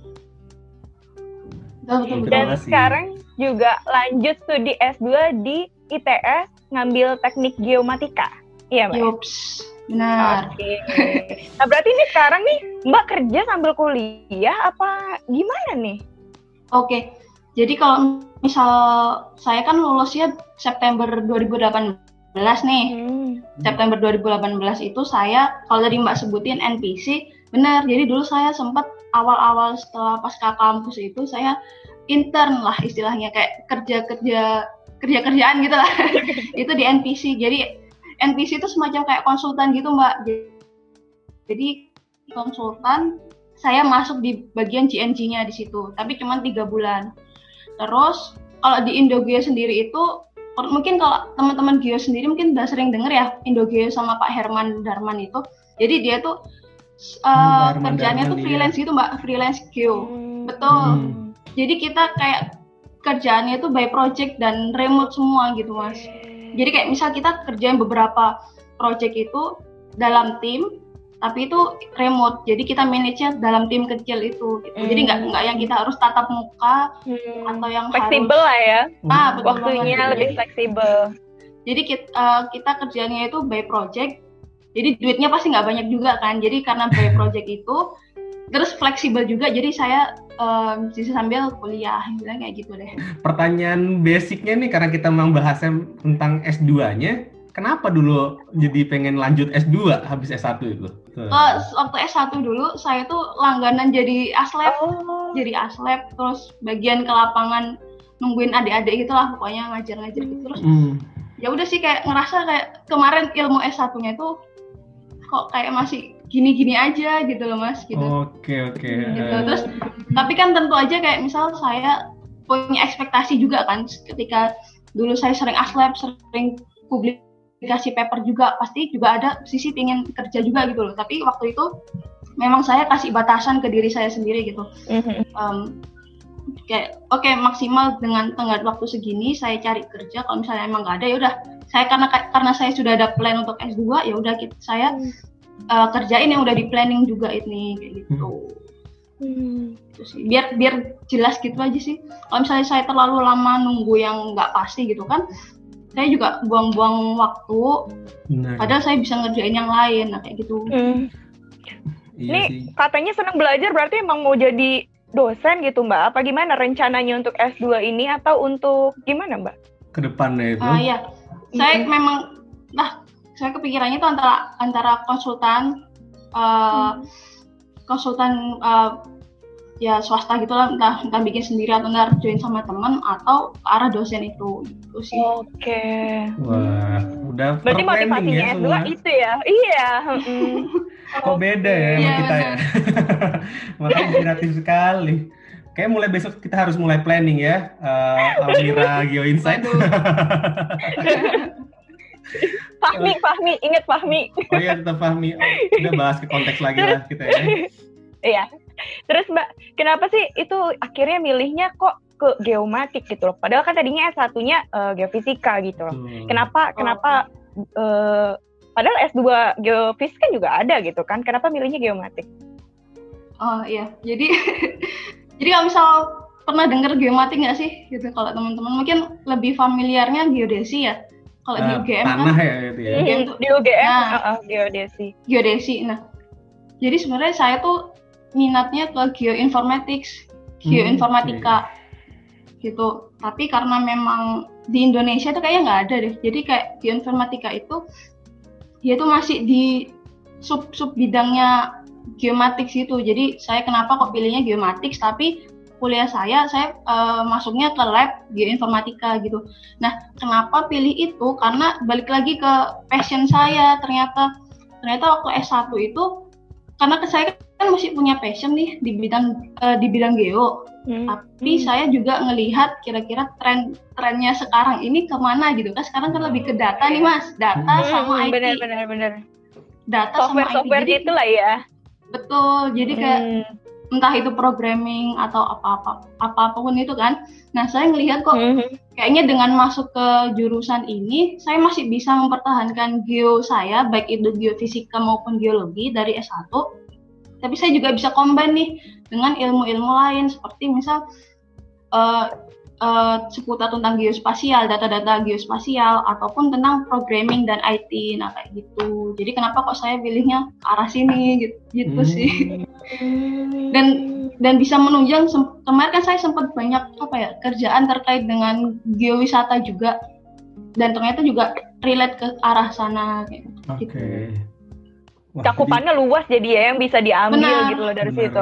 Betul. Dan sekarang juga lanjut studi S2 di ITS ngambil teknik geomatika. Iya, Mbak? Yups, benar. Oke. Nah, berarti ini sekarang nih Mbak kerja sambil kuliah apa gimana nih? Oke. Jadi kalau misal saya kan lulusnya September 2018 nih. September 2018 itu saya, kalau tadi Mbak sebutin NPC, benar. Jadi dulu saya sempat awal-awal setelah pasca kampus itu saya intern lah istilahnya, kayak kerjaan gitu lah. Itu di NPC. Jadi NPC itu semacam kayak konsultan gitu, Mbak. Jadi konsultan, saya masuk di bagian GNG-nya di situ, tapi cuma 3 bulan. Terus kalau di Indogeo sendiri itu, mungkin kalau teman-teman Geo sendiri mungkin udah sering denger ya, Indogeo sama Pak Herman Darman itu. Jadi dia tuh kerjaannya tuh freelance gitu, Mbak, freelance Geo. Betul. Jadi kita kayak kerjaannya tuh by project dan remote semua gitu, Mas. Jadi kayak misal kita kerjain beberapa project itu dalam tim, tapi itu remote, jadi kita manage-nya dalam tim kecil itu gitu. Jadi nggak yang kita harus tatap muka atau yang fleksibel lah ya. Betul waktunya banget. lebih fleksibel. Jadi kita kerjanya itu by project, jadi duitnya pasti nggak banyak juga kan, jadi karena by project itu terus fleksibel juga, jadi saya bisa sambil kuliah kayak gitu deh. Pertanyaan basicnya nih, karena kita memang bahasnya tentang S2-nya, kenapa dulu jadi pengen lanjut S2 habis S1 itu? Waktu S1 dulu saya tuh langganan jadi aslab, terus bagian ke lapangan nungguin adik-adik gitulah, pokoknya ngajar-ngajar gitu. Terus ya udah sih, kayak ngerasa kayak kemarin ilmu S1-nya itu kok kayak masih gini-gini aja gitu loh Mas gitu. Oke. Gitu. Terus tapi kan tentu aja kayak misal saya punya ekspektasi juga kan, ketika dulu saya sering aslab, sering publikasi paper juga, pasti juga ada sisi pengen kerja juga gitu loh. Tapi waktu itu memang saya kasih batasan ke diri saya sendiri gitu. Kayak oke, maksimal dengan tenggat waktu segini saya cari kerja, kalau misalnya emang nggak ada ya udah, saya karena saya sudah ada plan untuk S2, ya udah saya kerjain yang udah di planning juga ini kayak gitu. Gitu sih. Biar jelas gitu aja sih. Kalau misalnya saya terlalu lama nunggu yang nggak pasti gitu kan, saya juga buang-buang waktu. Padahal saya bisa ngerjain yang lain, kayak gitu. Ini katanya senang belajar, berarti emang mau jadi dosen gitu Mbak? Apa gimana rencananya untuk S2 ini, atau untuk gimana Mbak? Kedepannya itu? Iya, saya memang, saya kepikirannya itu antara konsultan, ya swasta gitu lah, entah bikin sendiri atau entah join sama teman atau ke arah dosen itu gitu sih. Oke. Wah, udah berarti motivasinya S2 itu ya? Iya. Kok beda ya sama kita ya? Makanya inspiratif sekali. Kayak mulai besok kita harus mulai planning ya, Almira GeoInsight. Fahmi, ingat Fahmi. Oh iya, tetap Fahmi. Udah bahas ke konteks lagi lah kita ya. Iya. Terus Mbak, kenapa sih itu akhirnya milihnya kok ke geomatik gitu loh? Padahal kan tadinya S1-nya geofisika gitu loh. Kenapa padahal S2 geofisika juga ada gitu kan? Kenapa milihnya geomatik? Oh iya, jadi kalau misal pernah dengar geomatik nggak sih gitu, kalau teman-teman mungkin lebih familiarnya geodesi ya. Kalau di UGM tanah kan ya itu ya. Di UGM geodesi. Nah, jadi sebenarnya saya tuh minatnya ke geoinformatika gitu. Tapi karena memang di Indonesia tuh kayaknya nggak ada deh. Jadi kayak geoinformatika itu dia tuh masih di sub bidangnya geomatik gitu. Jadi saya kenapa kok pilihnya geomatik, tapi kuliah saya masuknya ke lab geoinformatika gitu. Nah, kenapa pilih itu? Karena balik lagi ke passion saya. Ternyata waktu S1 itu, karena saya kan masih punya passion nih di bidang geo. Tapi saya juga ngelihat kira-kira trennya sekarang ini kemana gitu kan. Sekarang kan lebih ke data nih Mas, data sama IT. Benar. Data software gitu lah ya. Betul. Jadi kayak entah itu programming atau apapun itu kan. Nah, saya ngelihat kok kayaknya dengan masuk ke jurusan ini saya masih bisa mempertahankan geo saya, baik itu geofisika maupun geologi dari S1. Tapi saya juga bisa combine nih dengan ilmu-ilmu lain, seperti misal seputar tentang geospasial, data-data geospasial, ataupun tentang programming dan IT, nah kayak gitu. Jadi kenapa kok saya pilihnya ke arah sini gitu sih. Dan bisa menunjang, kemarin kan saya sempat banyak kerjaan terkait dengan geowisata juga, dan ternyata juga relate ke arah sana kayak gitu. Cakupannya luas jadi ya, yang bisa diambil gitu loh dari situ.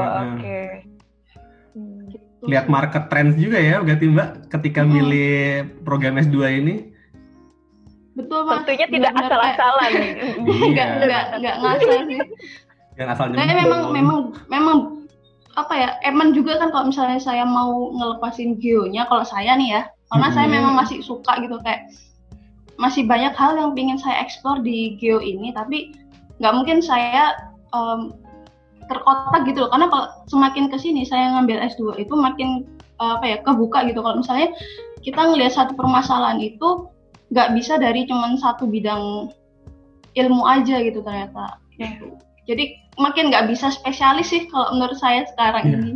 Lihat market trends juga ya berarti Mbak ketika milih program S2 ini. Betul Mas. Tentunya tidak asal-asalan. Enggak ngasal sih. Yang asalnya memang eman juga kan kalau misalnya saya mau ngelepasin geonya, kalau saya nih ya, karena saya memang masih suka gitu, kayak masih banyak hal yang pengen saya explore di geo ini, tapi nggak mungkin saya terkotak gitu loh, karena kalau semakin kesini saya ngambil S2 itu makin kebuka gitu. Kalau misalnya kita ngelihat satu permasalahan itu nggak bisa dari cuman satu bidang ilmu aja gitu ternyata. Jadi makin nggak bisa spesialis sih kalau menurut saya sekarang ini.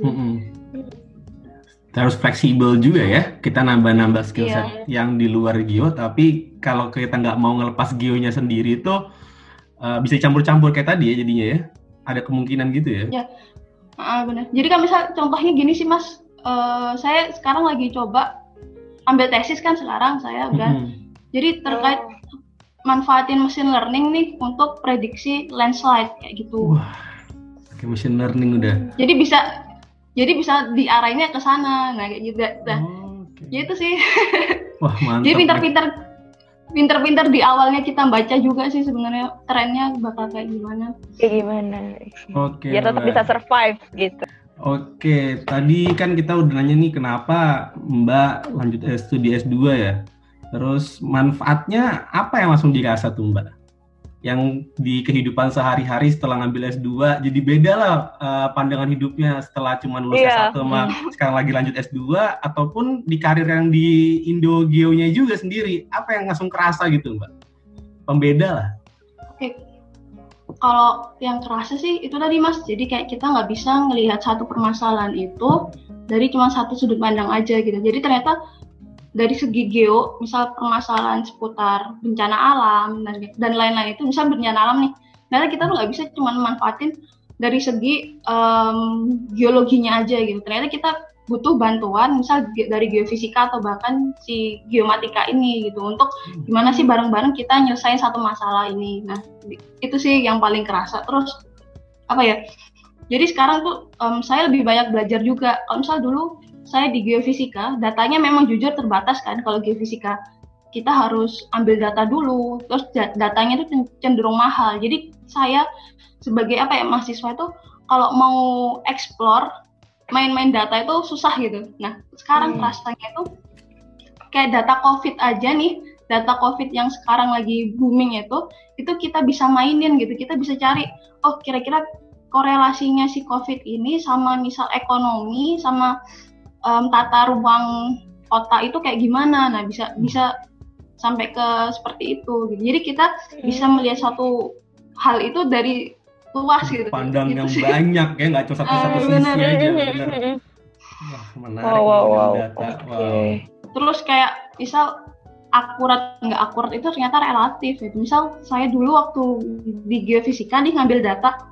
Harus fleksibel juga ya, kita nambah-nambah skill set yang di luar geo, tapi kalau kita nggak mau ngelepas geonya sendiri itu bisa campur-campur kayak tadi ya jadinya ya, ada kemungkinan gitu ya. Ya, benar. Jadi kan misal contohnya gini sih Mas, saya sekarang lagi coba ambil tesis kan sekarang saya udah, jadi terkait manfaatin machine learning nih untuk prediksi landslide kayak gitu. Wah, pakai machine learning udah. Jadi bisa diarahinnya ke sana, nah kayak gitu. Gitu sih. Wah, mantap. Jadi pinter-pinter di awalnya kita baca juga sih sebenarnya trennya bakal kayak gimana. Oke. Ya tetap bisa survive gitu. Oke, tadi kan kita udah nanya nih kenapa Mbak lanjut studi S2 ya. Terus manfaatnya apa yang langsung dirasa tuh Mbak? Yang di kehidupan sehari-hari setelah ngambil S2 jadi beda lah pandangan hidupnya setelah cuma lulus S1 sama sekarang lagi lanjut S2 ataupun di karir yang di Indo Geo-nya juga sendiri, apa yang langsung kerasa gitu Mbak? Pembeda lah. Oke. Kalau yang kerasa sih itu tadi Mas, jadi kayak kita nggak bisa ngelihat satu permasalahan itu dari cuma satu sudut pandang aja gitu. Jadi ternyata dari segi geo, misal permasalahan seputar bencana alam dan lain-lain itu, misal bencana alam nih, ternyata kita tuh nggak bisa cuma manfaatin dari segi geologinya aja gitu. Ternyata kita butuh bantuan, misal dari geofisika atau bahkan si geomatika ini gitu, untuk gimana sih bareng-bareng kita nyelesain satu masalah ini. Nah, itu sih yang paling kerasa. Terus apa ya? Jadi sekarang tuh saya lebih banyak belajar juga. Kalau misal dulu saya di geofisika, datanya memang jujur terbatas kan. Kalau geofisika kita harus ambil data dulu, terus datanya itu cenderung mahal. Jadi saya sebagai mahasiswa itu kalau mau explore main-main data itu susah gitu. Nah sekarang rasanya itu kayak data COVID aja nih, data COVID yang sekarang lagi booming itu kita bisa mainin gitu. Kita bisa cari, oh kira-kira korelasinya si COVID ini sama misal ekonomi sama tata ruang kota itu kayak gimana. Nah bisa sampai ke seperti itu gitu. Jadi kita bisa melihat satu hal itu dari luas gitu. Pandang gitu yang sih. Banyak ya, nggak cuma satu sisi aja. Bener. Wah, menarik data. Wow. Terus kayak misal akurat nggak akurat itu ternyata relatif gitu. Misal saya dulu waktu di geofisika nih ngambil data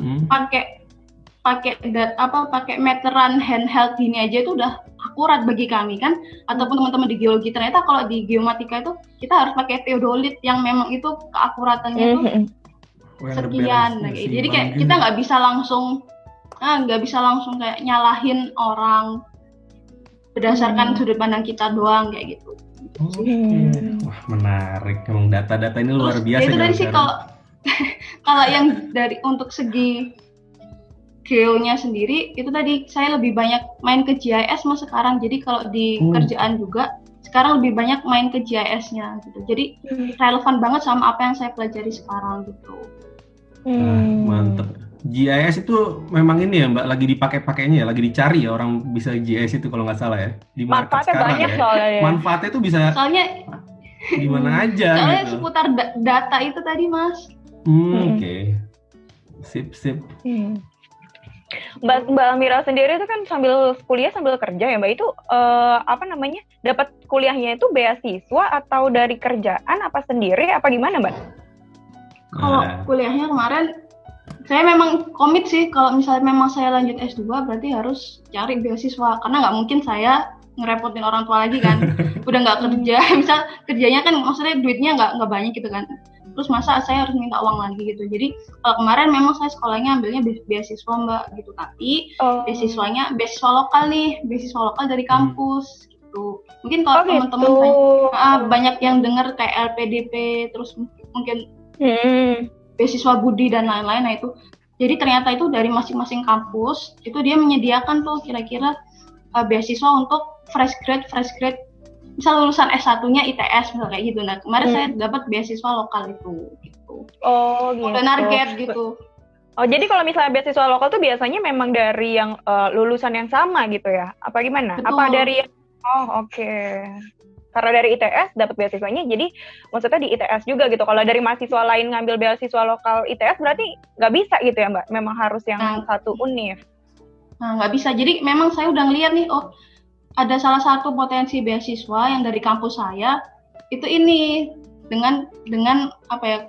pakai meteran handheld gini aja itu udah akurat bagi kami kan, ataupun teman-teman di geologi. Ternyata kalau di geomatika itu kita harus pakai teodolit yang memang itu keakuratannya itu sekian. Jadi kayak kita nggak bisa langsung kayak nyalahin orang berdasarkan sudut pandang kita doang kayak gitu. Wah menarik, emang data-data ini luar biasa. Itu tadi sih kalau yang dari untuk segi geonya sendiri itu tadi saya lebih banyak main ke GIS Mas sekarang. Jadi kalau di kerjaan juga sekarang lebih banyak main ke GIS-nya gitu. Jadi relevan banget sama apa yang saya pelajari sekarang gitu. Mantep. GIS itu memang ini ya Mbak, lagi dipakai-pakainya ya, lagi dicari ya orang bisa GIS itu kalau nggak salah ya di market manfaatnya sekarang banyak ya. Soalnya. Manfaatnya itu bisa soalnya gimana aja soalnya gitu. Seputar data itu tadi Mas. Oke. Sip. Mbak Mira sendiri itu kan sambil kuliah sambil kerja ya Mbak, itu dapat kuliahnya itu beasiswa atau dari kerjaan apa sendiri apa gimana Mbak? Kalau kuliahnya kemarin saya memang komit sih, kalau misalnya memang saya lanjut S2 berarti harus cari beasiswa, karena nggak mungkin saya ngerepotin orang tua lagi kan. Udah nggak kerja, misal kerjanya kan maksudnya duitnya nggak banyak gitu kan, terus masa saya harus minta uang lagi gitu. Jadi kemarin memang saya sekolahnya ambilnya beasiswa Mbak gitu, tapi beasiswanya beasiswa lokal nih, beasiswa lokal dari kampus gitu. Mungkin kalau teman-teman banyak yang dengar kayak LPDP, terus mungkin beasiswa Budi dan lain-lain. Nah itu jadi ternyata itu dari masing-masing kampus itu dia menyediakan tuh kira-kira beasiswa untuk fresh grade misal lulusan S1-nya ITS misal kayak gitu. Nah kemarin saya dapat beasiswa lokal itu gitu. Oh gitu. Udah target gitu. Oh jadi kalau misalnya beasiswa lokal tuh biasanya memang dari yang lulusan yang sama gitu ya? Apa gimana? Betul. Apa dari Oh, oke. Karena dari ITS dapat beasiswanya, jadi maksudnya di ITS juga gitu. Kalau dari mahasiswa lain ngambil beasiswa lokal ITS berarti nggak bisa gitu ya Mbak? Memang harus yang satu univ. Nah, nggak bisa. Jadi memang saya udah ngeliat nih, oh ada salah satu potensi beasiswa yang dari kampus saya itu ini dengan apa ya?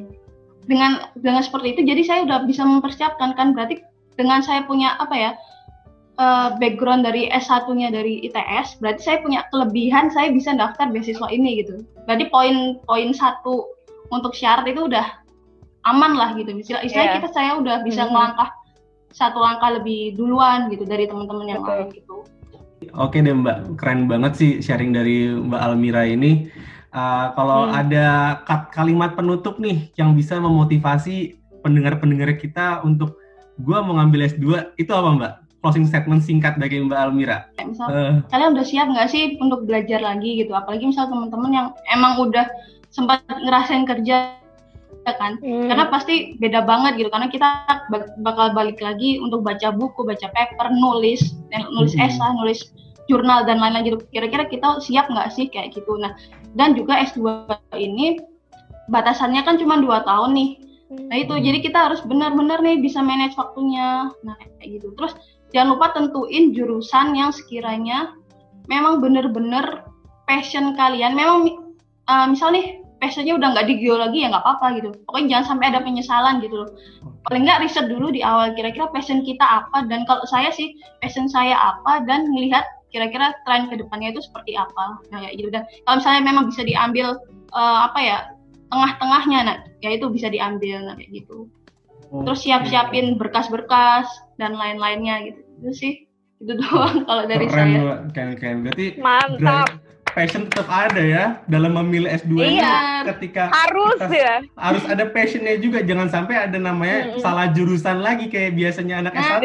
Dengan seperti itu, jadi saya udah bisa mempersiapkan kan. Berarti dengan saya punya apa ya? Background dari S1-nya dari ITS, berarti saya punya kelebihan, saya bisa daftar beasiswa ini gitu. Berarti poin 1 untuk syarat itu udah aman lah gitu. Istilahnya saya udah bisa melangkah satu langkah lebih duluan gitu dari teman-teman yang lain gitu. Oke deh Mbak, keren banget sih sharing dari Mbak Almira ini. Kalau ada kalimat penutup nih yang bisa memotivasi pendengar-pendengar kita untuk gua mau ngambil S2, itu apa Mbak? Closing statement singkat dari Mbak Almira. Misal kalian udah siap nggak sih untuk belajar lagi gitu? Apalagi misal teman-teman yang emang udah sempat ngerasain kerja kan, karena pasti beda banget gitu. Karena kita bakal balik lagi untuk baca buku, baca paper, nulis esai, nulis jurnal dan lain-lain gitu. Kira-kira kita siap nggak sih kayak gitu? Nah, dan juga S2 ini batasannya kan cuma 2 tahun nih. Nah itu, jadi kita harus benar-benar nih bisa manage waktunya. Nah kayak gitu. Terus jangan lupa tentuin jurusan yang sekiranya memang benar-benar passion kalian. Memang misal nih passionnya udah nggak di geologi ya nggak apa-apa gitu. Pokoknya jangan sampai ada penyesalan gitu loh. Paling nggak riset dulu di awal kira-kira passion kita apa. Dan kalau saya sih passion saya apa dan melihat kira-kira tren kedepannya itu seperti apa. Nah ya gitu. Dan kalau misalnya memang bisa diambil tengah-tengahnya, nah ya itu bisa diambil nah, kayak gitu. Terus siap-siapin berkas-berkas dan lain-lainnya gitu. Itu sih, itu doang kalau dari saya. Keren. Berarti mantap. Passion tetap ada ya dalam memilih S2-nya. Ketika harus ada passionnya juga. Jangan sampai ada namanya salah jurusan lagi kayak biasanya anak S1.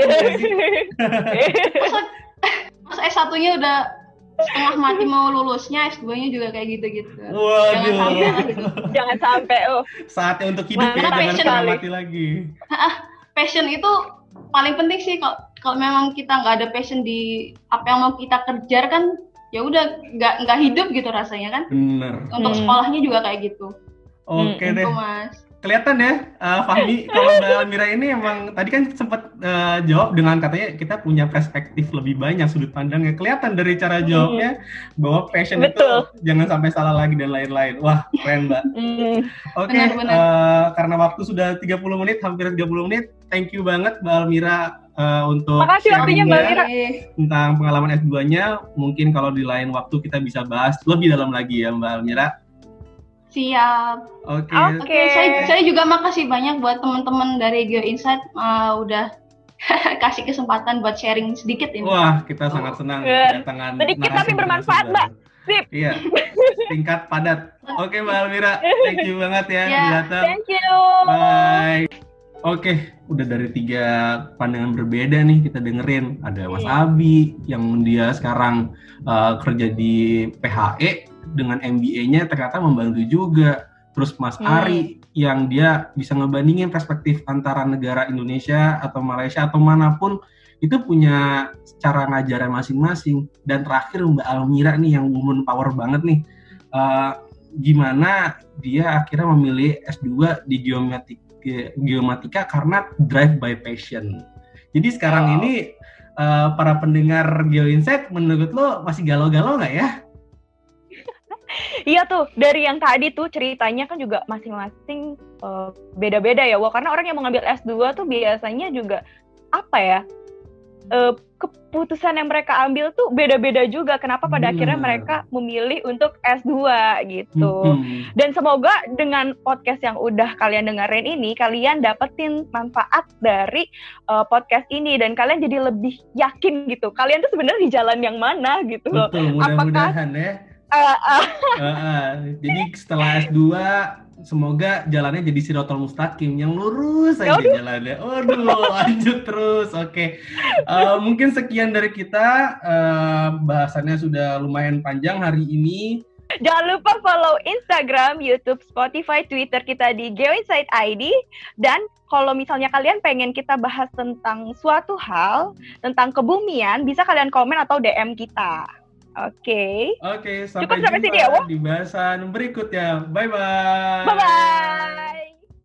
Terus S1-nya udah setengah mati mau lulusnya, S2-nya juga kayak gitu-gitu. Waduh. Jangan sampai. Saatnya untuk hidup ya, jangan setengah mati lagi. Passion itu paling penting sih. Kalau memang kita nggak ada passion di apa yang mau kita kejar kan, ya udah nggak hidup gitu rasanya kan. Bener. Untuk sekolahnya juga kayak gitu. Oke deh. Mas. Kelihatan ya, Fahmi, kalau Mbak Almira ini emang tadi kan sempat jawab dengan katanya kita punya perspektif lebih banyak, sudut pandangnya. Kelihatan dari cara jawabnya bahwa passion itu jangan sampai salah lagi dan lain-lain. Wah, keren Mbak. Oke, karena waktu sudah 30 menit, hampir 30 menit. Thank you banget Mbak Almira untuk sharingnya tentang pengalaman S2-nya. Mungkin kalau di lain waktu kita bisa bahas lebih dalam lagi ya Mbak Almira. Siap. Oke. Saya juga makasih banyak buat teman-teman dari GeoInsight udah kasih kesempatan buat sharing sedikit ini. Wah, kita sangat senang kedatangan. Sedikit tapi bermanfaat, Mbak. Sip. Iya. Singkat padat. Oke, Mbak Almira. Thank you banget ya datang. Thank you. Bye. Oke, udah dari 3 pandangan berbeda nih kita dengerin. Ada Mas Abi yang dia sekarang kerja di PHE dengan MBA-nya ternyata membantu juga. Terus Mas Ari yang dia bisa ngebandingin perspektif antara negara Indonesia atau Malaysia atau manapun itu punya cara ngajaran masing-masing. Dan terakhir Mbak Almira nih yang woman power banget nih. Gimana dia akhirnya memilih S2 di geomatika karena drive by passion. Jadi sekarang ini para pendengar GeoInsight menurut lo masih galau-galau nggak ya? Iya tuh, dari yang tadi tuh ceritanya kan juga masing-masing beda-beda ya. Wah, karena orang yang mau ngambil S2 tuh biasanya juga apa ya, keputusan yang mereka ambil tuh beda-beda juga. Kenapa pada akhirnya mereka memilih untuk S2 gitu. Dan semoga dengan podcast yang udah kalian dengerin ini, kalian dapetin manfaat dari podcast ini. Dan kalian jadi lebih yakin gitu. Kalian tuh sebenarnya di jalan yang mana gitu. Betul, mudah-mudahan ya. Jadi setelah S2 semoga jalannya jadi Shirathul Mustaqim yang lurus aja jalannya. Lanjut terus. Oke. Mungkin sekian dari kita. Bahasannya sudah lumayan panjang hari ini. Jangan lupa follow Instagram, YouTube, Spotify, Twitter kita di GeoInsight ID. Dan kalau misalnya kalian pengen kita bahas tentang suatu hal, tentang kebumian, bisa kalian komen atau DM kita. Oke. Oke, sampai Cukup sampai jumpa sini ya, Wo? di bahasan berikutnya. Bye-bye. Bye-bye.